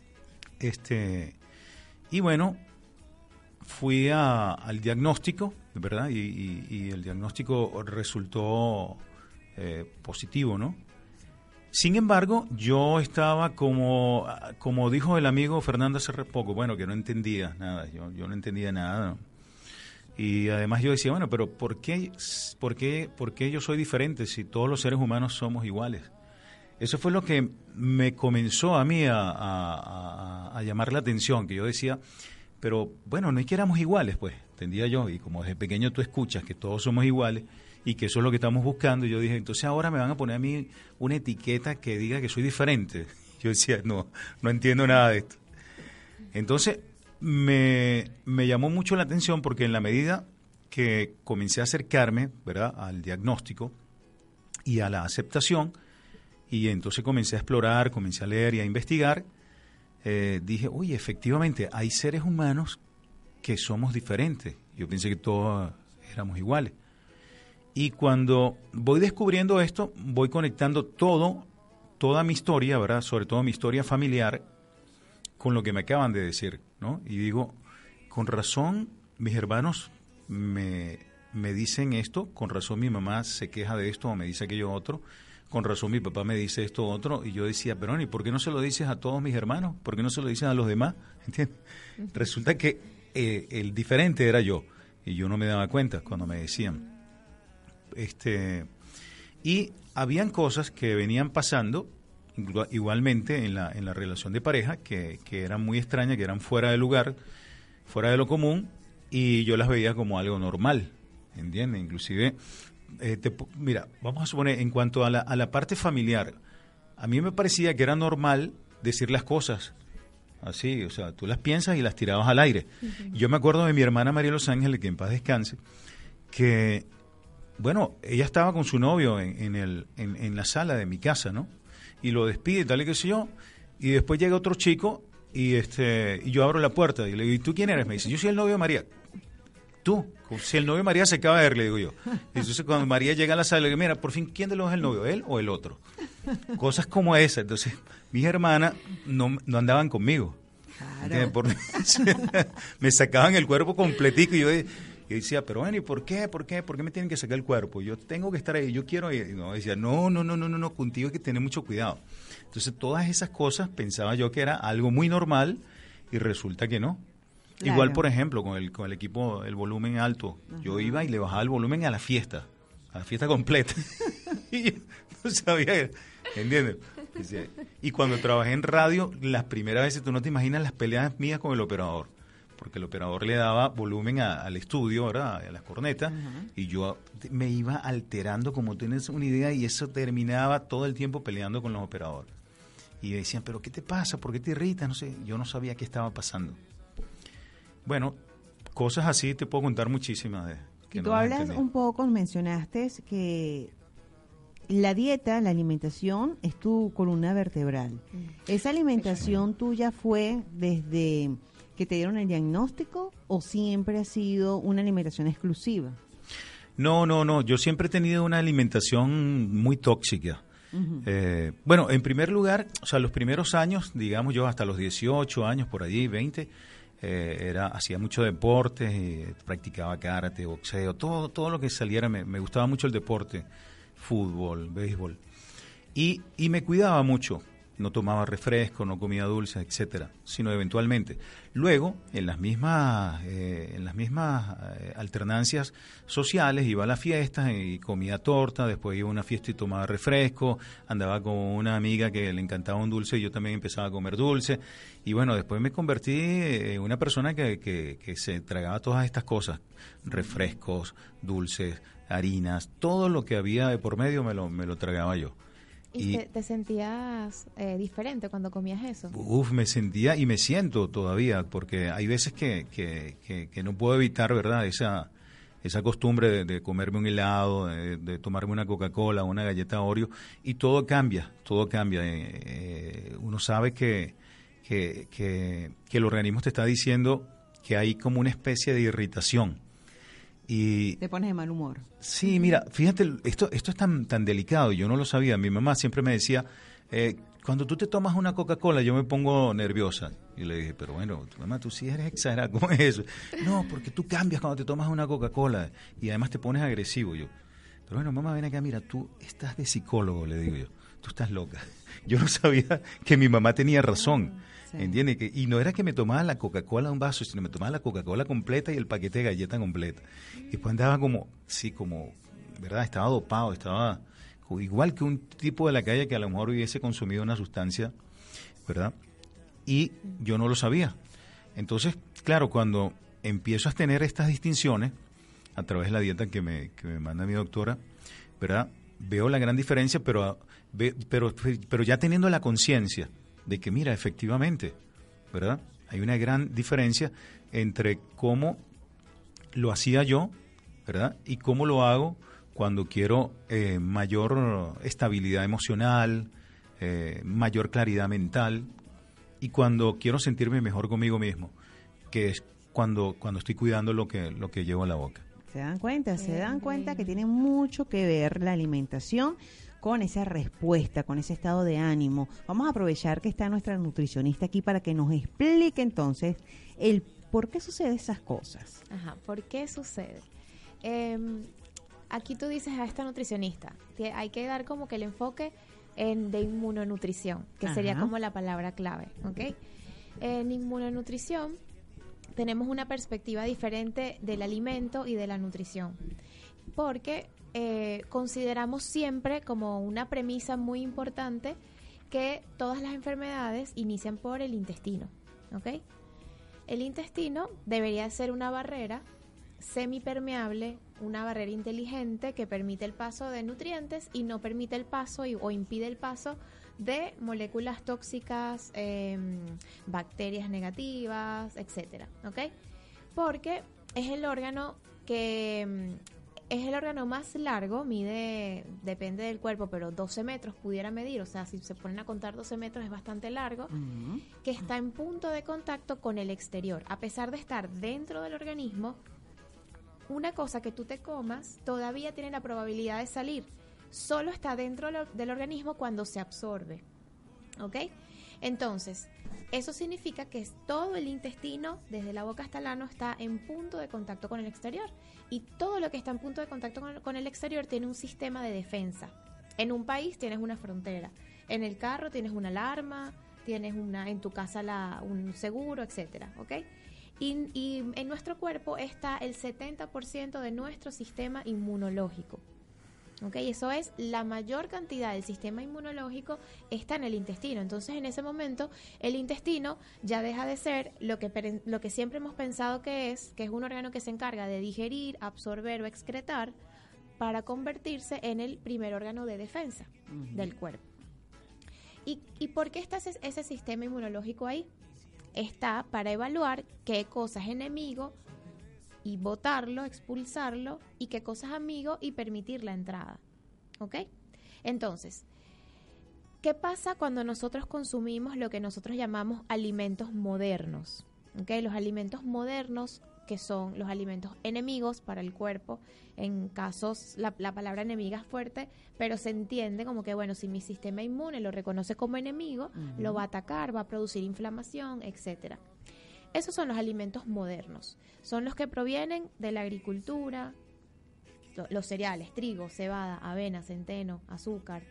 Y bueno, fui al diagnóstico, ¿verdad? Y el diagnóstico resultó positivo, ¿no? Sin embargo, yo estaba como dijo el amigo Fernando hace poco, bueno, que no entendía nada, yo no entendía nada, ¿no? Y además yo decía, bueno, pero ¿por qué yo soy diferente si todos los seres humanos somos iguales? Eso fue lo que me comenzó a mí a llamar la atención, que yo decía, pero bueno, no es que éramos iguales, pues, entendía yo, y como desde pequeño tú escuchas que todos somos iguales y que eso es lo que estamos buscando, yo dije, entonces ahora me van a poner a mí una etiqueta que diga que soy diferente. Yo decía, no entiendo nada de esto. Entonces me llamó mucho la atención porque en la medida que comencé a acercarme, ¿verdad?, al diagnóstico y a la aceptación, y entonces comencé a explorar, comencé a leer y a investigar, dije, oye, efectivamente, hay seres humanos que somos diferentes. Yo pensé que todos éramos iguales. Y cuando voy descubriendo esto, voy conectando toda mi historia, ¿verdad?, sobre todo mi historia familiar, con lo que me acaban de decir, ¿no? Y digo, con razón, mis hermanos me dicen esto, con razón mi mamá se queja de esto o me dice aquello otro, con razón mi papá me dice esto otro, y yo decía, pero ¿y por qué no se lo dices a todos mis hermanos? ¿Por qué no se lo dices a los demás? ¿Entiendes? Resulta que el diferente era yo, y yo no me daba cuenta cuando me decían. Y habían cosas que venían pasando igualmente en la relación de pareja que eran muy extrañas, que eran fuera de lugar, fuera de lo común, y yo las veía como algo normal, ¿entiendes? Inclusive, mira, vamos a suponer, en cuanto a la parte familiar, a mí me parecía que era normal decir las cosas así, o sea, tú las piensas y las tirabas al aire. Uh-huh. Yo me acuerdo de mi hermana María Los Ángeles, que en paz descanse, que, bueno, ella estaba con su novio en la sala de mi casa, ¿no? Y lo despide, tal y qué sé yo, y después llega otro chico y yo abro la puerta y le digo, ¿y tú quién eres? Me dice, yo soy el novio de María. Tú, si el novio de María se acaba de ver, le digo yo. Y entonces cuando María llega a la sala, le digo, mira, por fin, ¿quién de los dos es el novio, él o el otro? Cosas como esas. Entonces, mis hermanas no andaban conmigo. Claro. Me sacaban el cuerpo completico y yo decía, pero bueno, ¿y por qué? ¿Por qué me tienen que sacar el cuerpo? Yo tengo que estar ahí, yo quiero ir. Y no, decía, no, contigo hay que tener mucho cuidado. Entonces, todas esas cosas pensaba yo que era algo muy normal y resulta que no. Claro. Igual, por ejemplo, con el equipo, el volumen alto. Ajá. Yo iba y le bajaba el volumen a la fiesta completa. Y yo no sabía, ¿entiendes? Y cuando trabajé en radio, las primeras veces tú no te imaginas las peleas mías con el operador. Porque el operador le daba volumen al estudio, ¿verdad?, a las cornetas, uh-huh. Y yo me iba alterando, como tienes una idea, y eso terminaba todo el tiempo peleando con los operadores. Y decían, ¿pero qué te pasa? ¿Por qué te irritas? No sé, yo no sabía qué estaba pasando. Bueno, cosas así te puedo contar muchísimas. Y tú hablas un poco, mencionaste que la dieta, la alimentación, es tu columna vertebral. ¿Esa alimentación tuya fue desde que te dieron el diagnóstico o siempre ha sido una alimentación exclusiva? No, yo siempre he tenido una alimentación muy tóxica. Uh-huh. Bueno, en primer lugar, o sea, los primeros años, digamos yo hasta los 18 años, por allí, 20, hacía mucho deporte, practicaba karate, boxeo, todo lo que saliera, me gustaba mucho el deporte, fútbol, béisbol, y me cuidaba mucho, no tomaba refresco, no comía dulces, etcétera, sino eventualmente. Luego, en las mismas alternancias sociales, iba a las fiestas y comía torta, después iba a una fiesta y tomaba refresco, andaba con una amiga que le encantaba un dulce y yo también empezaba a comer dulce. Y bueno, después me convertí en una persona que se tragaba todas estas cosas, refrescos, dulces, harinas, todo lo que había de por medio me lo tragaba yo. ¿Y te sentías diferente cuando comías eso? Me sentía y me siento todavía, porque hay veces que no puedo evitar, ¿verdad?, esa costumbre de comerme un helado, de tomarme una Coca-Cola, una galleta Oreo, y todo cambia. Uno sabe que el organismo te está diciendo que hay como una especie de irritación. Y te pones de mal humor. Sí, mira, fíjate, esto es tan delicado, yo no lo sabía. Mi mamá siempre me decía, cuando tú te tomas una Coca-Cola yo me pongo nerviosa. Y le dije, pero bueno, mamá, tú sí eres exagerada, ¿cómo es eso? No, porque tú cambias cuando te tomas una Coca-Cola y además te pones agresivo. Yo, pero bueno, mamá, ven acá, mira, tú estás de psicólogo, le digo yo, tú estás loca. Yo no sabía que mi mamá tenía razón. Sí. ¿Entiendes? Y no era que me tomaba la Coca-Cola un vaso, sino me tomaba la Coca-Cola completa y el paquete de galleta completa. Y después andaba ¿verdad? Estaba dopado, estaba igual que un tipo de la calle que a lo mejor hubiese consumido una sustancia, ¿verdad? Y yo no lo sabía. Entonces, claro, cuando empiezo a tener estas distinciones, a través de la dieta que me manda mi doctora, ¿verdad? Veo la gran diferencia, pero ya teniendo la conciencia de que, mira, efectivamente, ¿verdad? Hay una gran diferencia entre cómo lo hacía yo, ¿verdad? Y cómo lo hago cuando quiero mayor estabilidad emocional, mayor claridad mental, y cuando quiero sentirme mejor conmigo mismo, que es cuando estoy cuidando lo que llevo a la boca. ¿Se dan cuenta que tiene mucho que ver la alimentación con esa respuesta, con ese estado de ánimo? Vamos a aprovechar que está nuestra nutricionista aquí para que nos explique entonces el por qué suceden esas cosas. Ajá, ¿por qué sucede? Aquí tú dices a esta nutricionista, hay que dar como que el enfoque de inmunonutrición, que sería como la palabra clave, ¿ok? En inmunonutrición tenemos una perspectiva diferente del alimento y de la nutrición, porque consideramos siempre como una premisa muy importante que todas las enfermedades inician por el intestino, ¿ok? El intestino debería ser una barrera semipermeable, una barrera inteligente que permite el paso de nutrientes y no permite el paso o impide el paso de moléculas tóxicas, bacterias negativas, etcétera, ¿ok? Porque es el órgano más largo, depende del cuerpo, pero 12 metros pudiera medir, o sea, si se ponen a contar 12 metros es bastante largo, que está en punto de contacto con el exterior. A pesar de estar dentro del organismo, una cosa que tú te comas todavía tiene la probabilidad de salir. Solo está dentro del organismo cuando se absorbe, ¿ok? Entonces, eso significa que todo el intestino, desde la boca hasta el ano, está en punto de contacto con el exterior. Y todo lo que está en punto de contacto con el exterior tiene un sistema de defensa. En un país tienes una frontera. En el carro tienes una alarma, tienes en tu casa un seguro, etcétera, ¿ok? Y en nuestro cuerpo está el 70% de nuestro sistema inmunológico. Okay, eso es, la mayor cantidad del sistema inmunológico está en el intestino. Entonces, en ese momento, el intestino ya deja de ser lo que siempre hemos pensado que es un órgano que se encarga de digerir, absorber o excretar, para convertirse en el primer órgano de defensa del cuerpo. ¿Y por qué está ese sistema inmunológico ahí? Está para evaluar qué cosa es enemigo y botarlo, expulsarlo, y qué cosa es amigo y permitir la entrada, ¿ok? Entonces, ¿qué pasa cuando nosotros consumimos lo que nosotros llamamos alimentos modernos? ¿Ok? Los alimentos modernos, que son los alimentos enemigos para el cuerpo, en casos, la palabra enemiga es fuerte, pero se entiende como que, bueno, si mi sistema inmune lo reconoce como enemigo, lo va a atacar, va a producir inflamación, etcétera. Esos son los alimentos modernos. Son los que provienen de la agricultura, los cereales, trigo, cebada, avena, centeno, azúcar,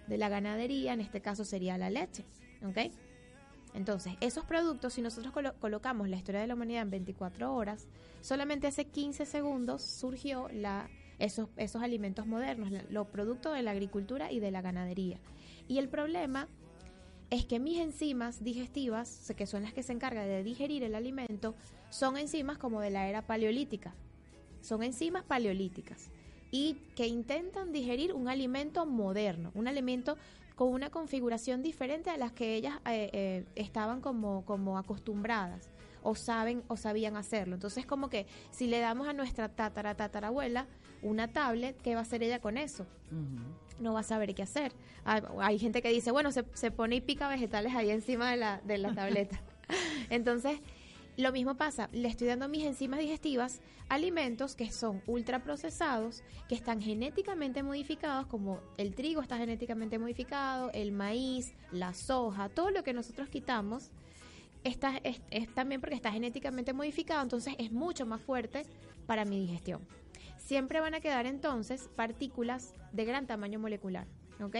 de la ganadería, en este caso sería la leche, ¿ok? Entonces, esos productos, si nosotros colocamos la historia de la humanidad en 24 horas, solamente hace 15 segundos surgió esos alimentos modernos, los productos de la agricultura y de la ganadería. Y el problema es que mis enzimas digestivas, que son las que se encargan de digerir el alimento, son enzimas como de la era paleolítica. Son enzimas paleolíticas y que intentan digerir un alimento moderno, un alimento con una configuración diferente a las que ellas estaban como acostumbradas o sabían hacerlo. Entonces, como que si le damos a nuestra tatarabuela una tablet, ¿qué va a hacer ella con eso? Uh-huh. No va a saber qué hacer. Hay gente que dice, bueno, se pone y pica vegetales ahí encima de la tableta. Entonces, lo mismo pasa, le estoy dando a mis enzimas digestivas alimentos que son ultraprocesados, que están genéticamente modificados, como el trigo está genéticamente modificado, el maíz, la soja, todo lo que nosotros quitamos es también porque está genéticamente modificado, entonces es mucho más fuerte para mi digestión. Siempre van a quedar entonces partículas de gran tamaño molecular, ¿ok?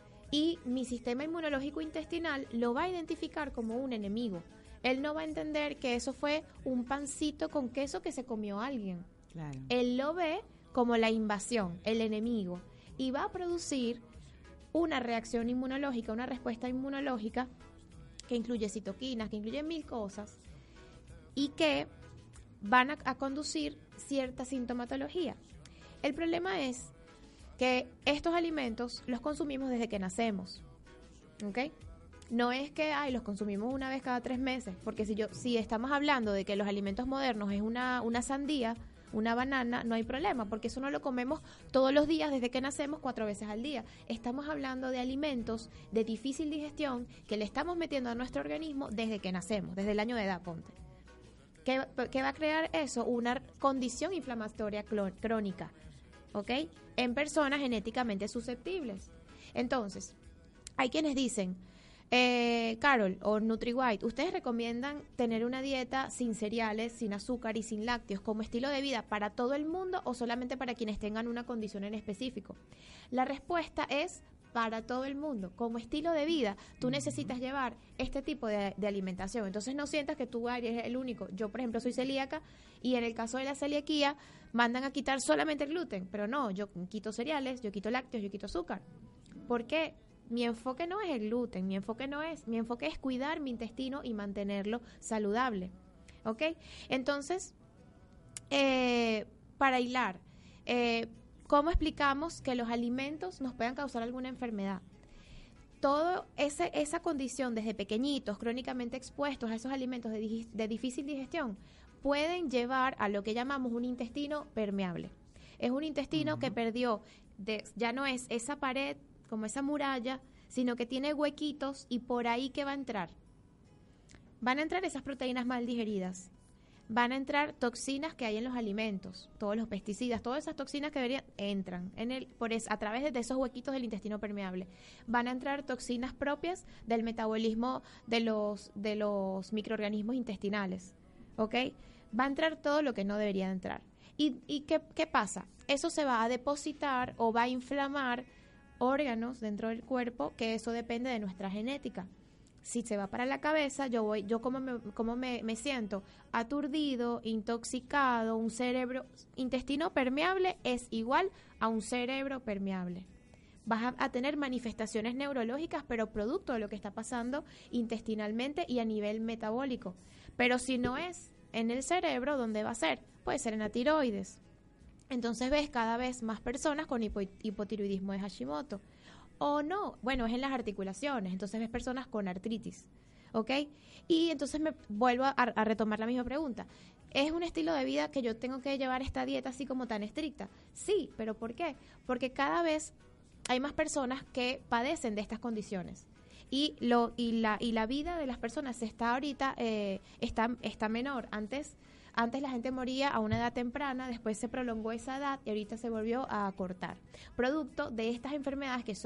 Y mi sistema inmunológico intestinal lo va a identificar como un enemigo. Él no va a entender que eso fue un pancito con queso que se comió alguien. Claro. Él lo ve como la invasión, el enemigo, y va a producir una reacción inmunológica, una respuesta inmunológica que incluye citoquinas, que incluye 1000 cosas, y que van a conducir cierta sintomatología. El problema es que estos alimentos los consumimos desde que nacemos, ¿ok? No es que los consumimos una vez cada 3 meses, porque si estamos hablando de que los alimentos modernos es una sandía, una banana, no hay problema, porque eso no lo comemos todos los días desde que nacemos 4 veces al día. Estamos hablando de alimentos de difícil digestión que le estamos metiendo a nuestro organismo desde que nacemos, desde el año de edad, ponte. ¿Qué va a crear eso? Una condición inflamatoria crónica, ¿ok? En personas genéticamente susceptibles. Entonces, hay quienes dicen, Carol o NutriWhite, ¿ustedes recomiendan tener una dieta sin cereales, sin azúcar y sin lácteos como estilo de vida para todo el mundo o solamente para quienes tengan una condición en específico? La respuesta es para todo el mundo. Como estilo de vida, tú necesitas llevar este tipo de alimentación. Entonces no sientas que tú eres el único. Yo, por ejemplo, soy celíaca y en el caso de la celiaquía mandan a quitar solamente el gluten, pero no, yo quito cereales, yo quito lácteos, yo quito azúcar. ¿Por qué? Mi enfoque no es el gluten, mi enfoque es cuidar mi intestino y mantenerlo saludable, ¿ok? Entonces, para hilar, ¿cómo explicamos que los alimentos nos puedan causar alguna enfermedad? Todo esa condición desde pequeñitos, crónicamente expuestos a esos alimentos de difícil digestión, pueden llevar a lo que llamamos un intestino permeable. Es un intestino que perdió, ya no es esa pared como esa muralla, sino que tiene huequitos y por ahí ¿qué va a entrar? Van a entrar esas proteínas mal digeridas, van a entrar toxinas que hay en los alimentos, todos los pesticidas, todas esas toxinas que entran a través de esos huequitos del intestino permeable. Van a entrar toxinas propias del metabolismo de los microorganismos intestinales, ¿ok? Va a entrar todo lo que no debería entrar. ¿Y qué pasa? Eso se va a depositar o va a inflamar órganos dentro del cuerpo, que eso depende de nuestra genética. Si se va para la cabeza, yo como me siento aturdido, intoxicado, intestino permeable es igual a un cerebro permeable. Vas a tener manifestaciones neurológicas, pero producto de lo que está pasando intestinalmente y a nivel metabólico. Pero si no es en el cerebro, ¿dónde va a ser? Puede ser en la tiroides. Entonces ves cada vez más personas con hipotiroidismo de Hashimoto. O no, bueno, es en las articulaciones. Entonces ves personas con artritis, ¿ok? Y entonces me vuelvo a retomar la misma pregunta. ¿Es un estilo de vida que yo tengo que llevar esta dieta así como tan estricta? Sí, ¿pero por qué? Porque cada vez hay más personas que padecen de estas condiciones. Y la vida de las personas está ahorita está menor. Antes la gente moría a una edad temprana, después se prolongó esa edad y ahorita se volvió a acortar. Producto de estas enfermedades que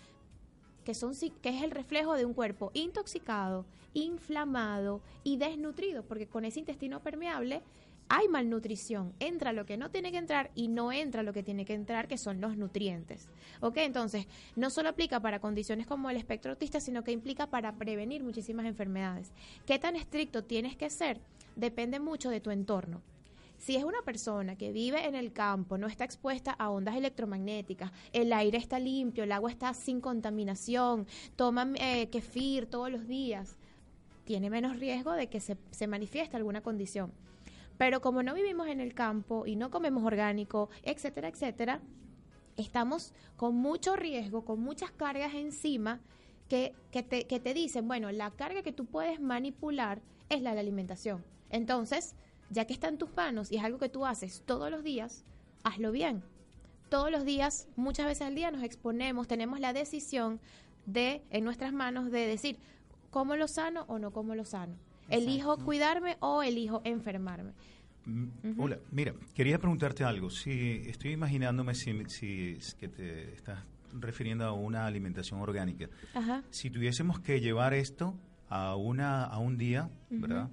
es el reflejo de un cuerpo intoxicado, inflamado y desnutrido, porque con ese intestino permeable hay malnutrición, entra lo que no tiene que entrar y no entra lo que tiene que entrar, que son los nutrientes. ¿Ok? Entonces, no solo aplica para condiciones como el espectro autista, sino que implica para prevenir muchísimas enfermedades. ¿Qué tan estricto tienes que ser? Depende mucho de tu entorno. Si es una persona que vive en el campo, no está expuesta a ondas electromagnéticas, el aire está limpio, el agua está sin contaminación, toma kefir todos los días, tiene menos riesgo de que se manifieste alguna condición. Pero como no vivimos en el campo y no comemos orgánico, etcétera, etcétera, estamos con mucho riesgo, con muchas cargas encima que te dicen, bueno, la carga que tú puedes manipular es la de la alimentación. Entonces, ya que está en tus manos y es algo que tú haces todos los días, hazlo bien. Todos los días, muchas veces al día nos exponemos, tenemos la decisión en nuestras manos de decir, ¿como lo sano o no como lo sano? ¿Elijo cuidarme o elijo enfermarme? Hola, mira, quería preguntarte algo. Si estoy imaginándome si que te estás refiriendo a una alimentación orgánica. Ajá. Si tuviésemos que llevar esto a un día, ¿verdad?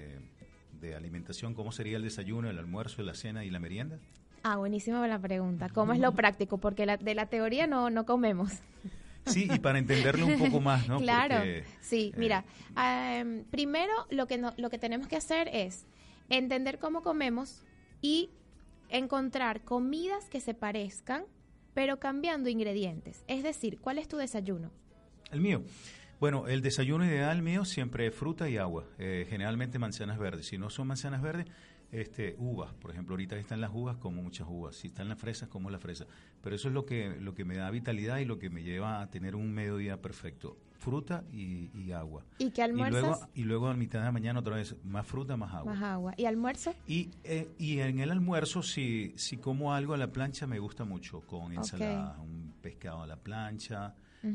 De alimentación, ¿cómo sería el desayuno, el almuerzo, la cena y la merienda? Buenísima la pregunta. ¿Cómo es lo práctico? Porque de la teoría no comemos. Sí, y para entenderlo un poco más, ¿no? Claro, porque, sí. Mira, primero lo que tenemos que hacer es entender cómo comemos y encontrar comidas que se parezcan, pero cambiando ingredientes. Es decir, ¿cuál es tu desayuno? El mío. Bueno, el desayuno ideal mío siempre es fruta y agua, generalmente manzanas verdes. Si no son manzanas verdes, uvas. Por ejemplo, ahorita están las uvas, como muchas uvas. Si están las fresas, como las fresas. Pero eso es lo que me da vitalidad y lo que me lleva a tener un mediodía perfecto. Fruta y agua. ¿Y qué almuerzas? Y luego a mitad de la mañana otra vez, más fruta, más agua. Más agua. ¿Y almuerzo? Y en el almuerzo, si como algo a la plancha, me gusta mucho, con ensalada. Okay. Un pescado a la plancha,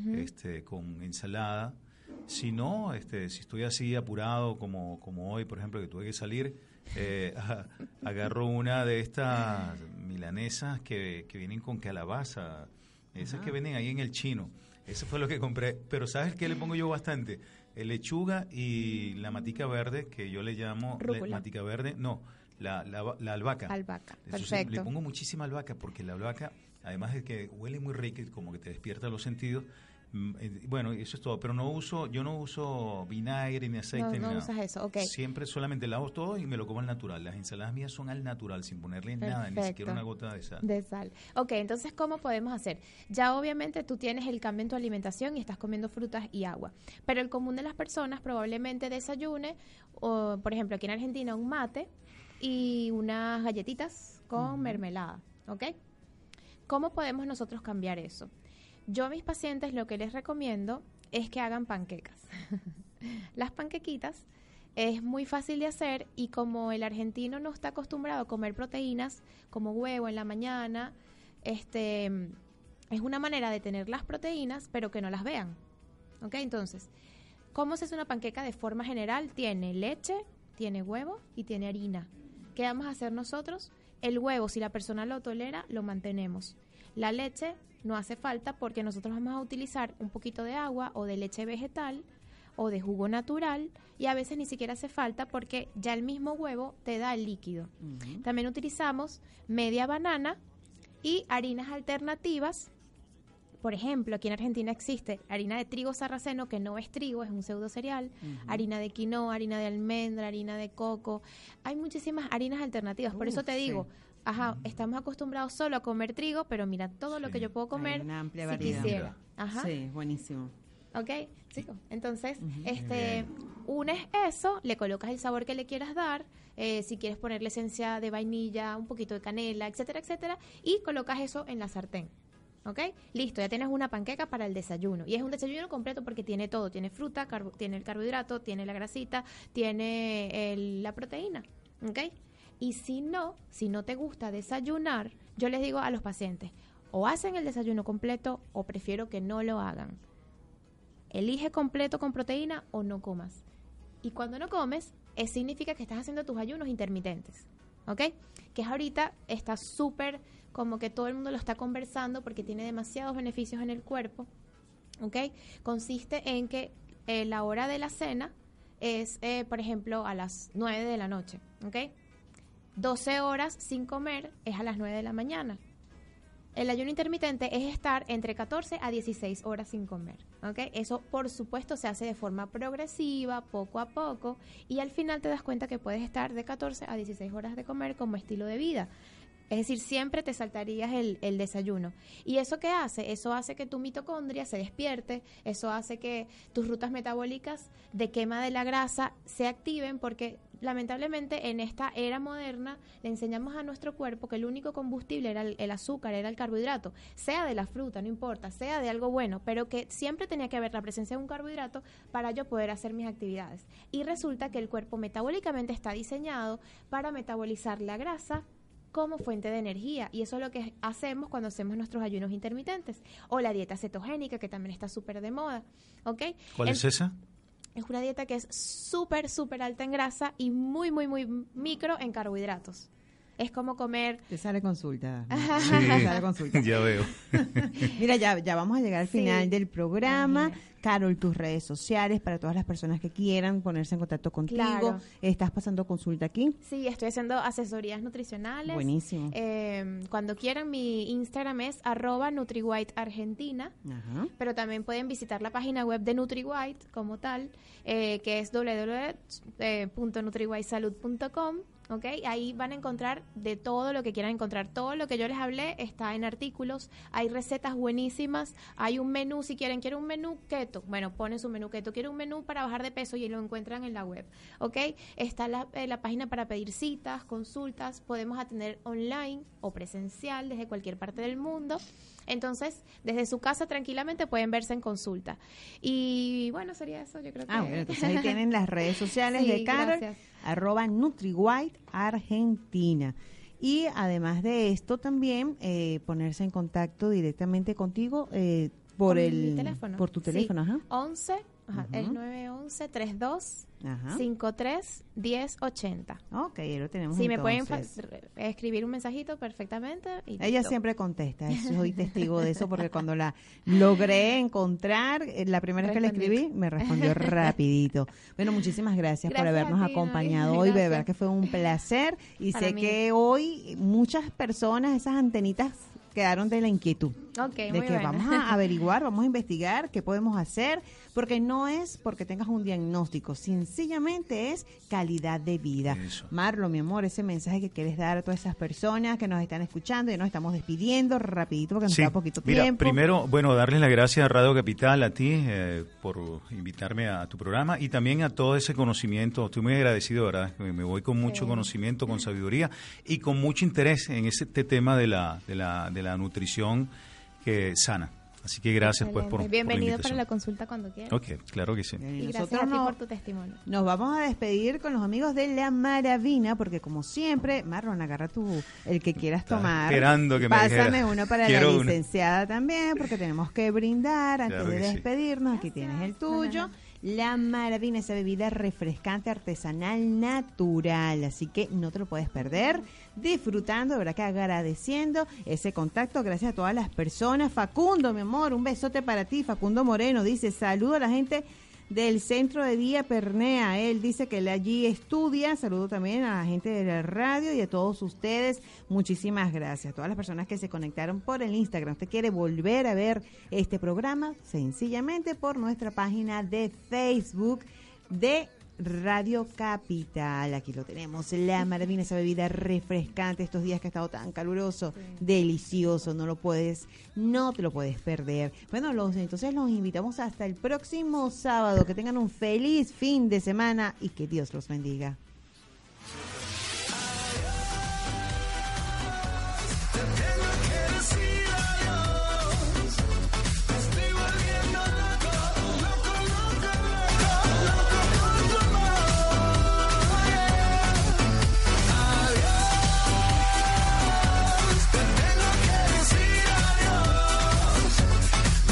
con ensalada. Si no, si estoy así apurado como hoy, por ejemplo, que tuve que salir, agarro una de estas milanesas que vienen con calabaza, esas que venden ahí en el chino. Eso fue lo que compré. Pero ¿sabes qué le pongo yo bastante? Lechuga y la matica verde, que yo le llamo matica verde. No, la albahaca. Albahaca, eso perfecto. Sí, le pongo muchísima albahaca porque la albahaca, además de que huele muy rico y como que te despierta los sentidos. Bueno, eso es todo, pero yo no uso vinagre ni aceite ni nada. No usas eso, ok. Siempre solamente lavo todo y me lo como al natural. Las ensaladas mías son al natural, sin ponerle nada, ni siquiera una gota de sal. De sal. Ok, entonces, ¿cómo podemos hacer? Ya obviamente tú tienes el cambio en tu alimentación y estás comiendo frutas y agua, pero el común de las personas probablemente desayune, o por ejemplo, aquí en Argentina, un mate y unas galletitas con mermelada, ¿ok? ¿Cómo podemos nosotros cambiar eso? Yo a mis pacientes lo que les recomiendo es que hagan panquecas. Las panquequitas es muy fácil de hacer y como el argentino no está acostumbrado a comer proteínas como huevo en la mañana, es una manera de tener las proteínas pero que no las vean. ¿Ok? Entonces, ¿cómo se hace una panqueca de forma general? Tiene leche, tiene huevo y tiene harina. ¿Qué vamos a hacer nosotros? El huevo, si la persona lo tolera, lo mantenemos. La leche no hace falta porque nosotros vamos a utilizar un poquito de agua o de leche vegetal o de jugo natural y a veces ni siquiera hace falta porque ya el mismo huevo te da el líquido. También utilizamos media banana y harinas alternativas. Por ejemplo, aquí en Argentina existe harina de trigo sarraceno, que no es trigo, es un pseudo cereal, harina de quinoa, harina de almendra, harina de coco. Hay muchísimas harinas alternativas, por eso te digo, estamos acostumbrados solo a comer trigo, pero mira todo lo que yo puedo comer. Hay una amplia si variedad. quisiera. Sí, buenísimo. ¿Ok? Chicos, entonces, unes eso, le colocas el sabor que le quieras dar, si quieres ponerle esencia de vainilla, un poquito de canela, etcétera, etcétera, y colocas eso en la sartén. ¿Ok? Listo, ya tienes una panqueca para el desayuno. Y es un desayuno completo porque tiene todo. Tiene fruta, tiene el carbohidrato, tiene la grasita, tiene la proteína. ¿Ok? Y si no te gusta desayunar, yo les digo a los pacientes, o hacen el desayuno completo o prefiero que no lo hagan. Elige completo con proteína o no comas. Y cuando no comes, significa que estás haciendo tus ayunos intermitentes. ¿Ok? Que es ahorita está súper como que todo el mundo lo está conversando porque tiene demasiados beneficios en el cuerpo. ¿Ok? Consiste en que la hora de la cena es, por ejemplo, a las 9 de la noche. ¿Ok? 12 horas sin comer es a las 9 de la mañana. El ayuno intermitente es estar entre 14 a 16 horas sin comer, ¿ok? Eso, por supuesto, se hace de forma progresiva, poco a poco, y al final te das cuenta que puedes estar de 14 a 16 horas de comer como estilo de vida. Es decir, siempre te saltarías el desayuno. ¿Y eso qué hace? Eso hace que tu mitocondria se despierte, eso hace que tus rutas metabólicas de quema de la grasa se activen, porque lamentablemente en esta era moderna le enseñamos a nuestro cuerpo que el único combustible era el azúcar, era el carbohidrato, sea de la fruta, no importa, sea de algo bueno, pero que siempre tenía que haber la presencia de un carbohidrato para yo poder hacer mis actividades. Y resulta que el cuerpo metabólicamente está diseñado para metabolizar la grasa como fuente de energía, y eso es lo que hacemos cuando hacemos nuestros ayunos intermitentes, o la dieta cetogénica, que también está súper de moda, ¿ok? ¿Cuál es esa? Es una dieta que es súper, súper alta en grasa y muy, muy, muy micro en carbohidratos. Es como comer... Te sale consulta. Sí, te sale consulta. Ya veo. Mira, ya vamos a llegar al final del programa. Carol, tus redes sociales para todas las personas que quieran ponerse en contacto contigo. Claro. ¿Estás pasando consulta aquí? Sí, estoy haciendo asesorías nutricionales. Buenísimo. Cuando quieran, mi Instagram es @NutriWhiteArgentina. Ajá. Pero también pueden visitar la página web de NutriWhite como tal, que es www.nutriwhitesalud.com. ¿Okay? Ahí van a encontrar de todo lo que quieran encontrar. Todo lo que yo les hablé está en artículos. Hay recetas buenísimas. Hay un menú, si quieren un menú keto. Bueno, ponen su menú keto. Quiero un menú para bajar de peso y lo encuentran en la web. ¿Ok? Está la página para pedir citas, consultas. Podemos atender online o presencial desde cualquier parte del mundo. Entonces, desde su casa tranquilamente pueden verse en consulta. Y bueno, sería eso, yo creo que... Bueno, entonces ahí tienen las redes sociales de Carol, @NutriWhiteArgentina. Y además de esto también ponerse en contacto directamente contigo por tu teléfono. Sí. Ajá. 11, es 911-32-53-1080. Ok, lo tenemos. Sí, me pueden escribir un mensajito perfectamente. Y ella siempre contesta, soy testigo de eso, porque cuando la logré encontrar, la primera vez que le escribí, me respondió rapidito. Bueno, muchísimas gracias por habernos acompañado hoy, de verdad que fue un placer, y sé que hoy muchas personas, esas antenitas quedaron de la inquietud, de que vamos a averiguar, vamos a investigar qué podemos hacer, porque no es porque tengas un diagnóstico, sencillamente es calidad de vida. Eso. Marlo, mi amor, ese mensaje que quieres dar a todas esas personas que nos están escuchando, y nos estamos despidiendo rapidito porque nos queda poquito tiempo. Primero, darles las gracias a Radio Capital, a ti, por invitarme a tu programa, y también a todo ese conocimiento. Estoy muy agradecido, ¿verdad? Me voy con mucho conocimiento, con sabiduría y con mucho interés en este tema de la nutrición sana. Así que gracias. Excelente. Pues por bienvenido para la consulta cuando quieras. Ok, claro que sí. Y gracias a ti por tu testimonio. Nos vamos a despedir con los amigos de La Maravina, porque como siempre, Marlon, agarra el que quieras tomar. Esperando que Pásame uno para la licenciada también, porque tenemos que brindar antes de despedirnos. Sí. Aquí tienes el tuyo. Ajá. La Maravina, esa bebida refrescante, artesanal, natural, así que no te lo puedes perder, disfrutando, de verdad que agradeciendo ese contacto, gracias a todas las personas. Facundo, mi amor, un besote para ti. Facundo Moreno dice, saludo a la gente del Centro de Día Pernea. Él dice que él allí estudia. Saludo también a la gente de la radio y a todos ustedes. Muchísimas gracias. Todas las personas que se conectaron por el Instagram. Usted quiere volver a ver este programa, sencillamente por nuestra página de Facebook de Radio Capital. Aquí lo tenemos, La Maravina, esa bebida refrescante estos días que ha estado tan caluroso, delicioso, no te lo puedes perder. Bueno, entonces los invitamos hasta el próximo sábado. Que tengan un feliz fin de semana y que Dios los bendiga.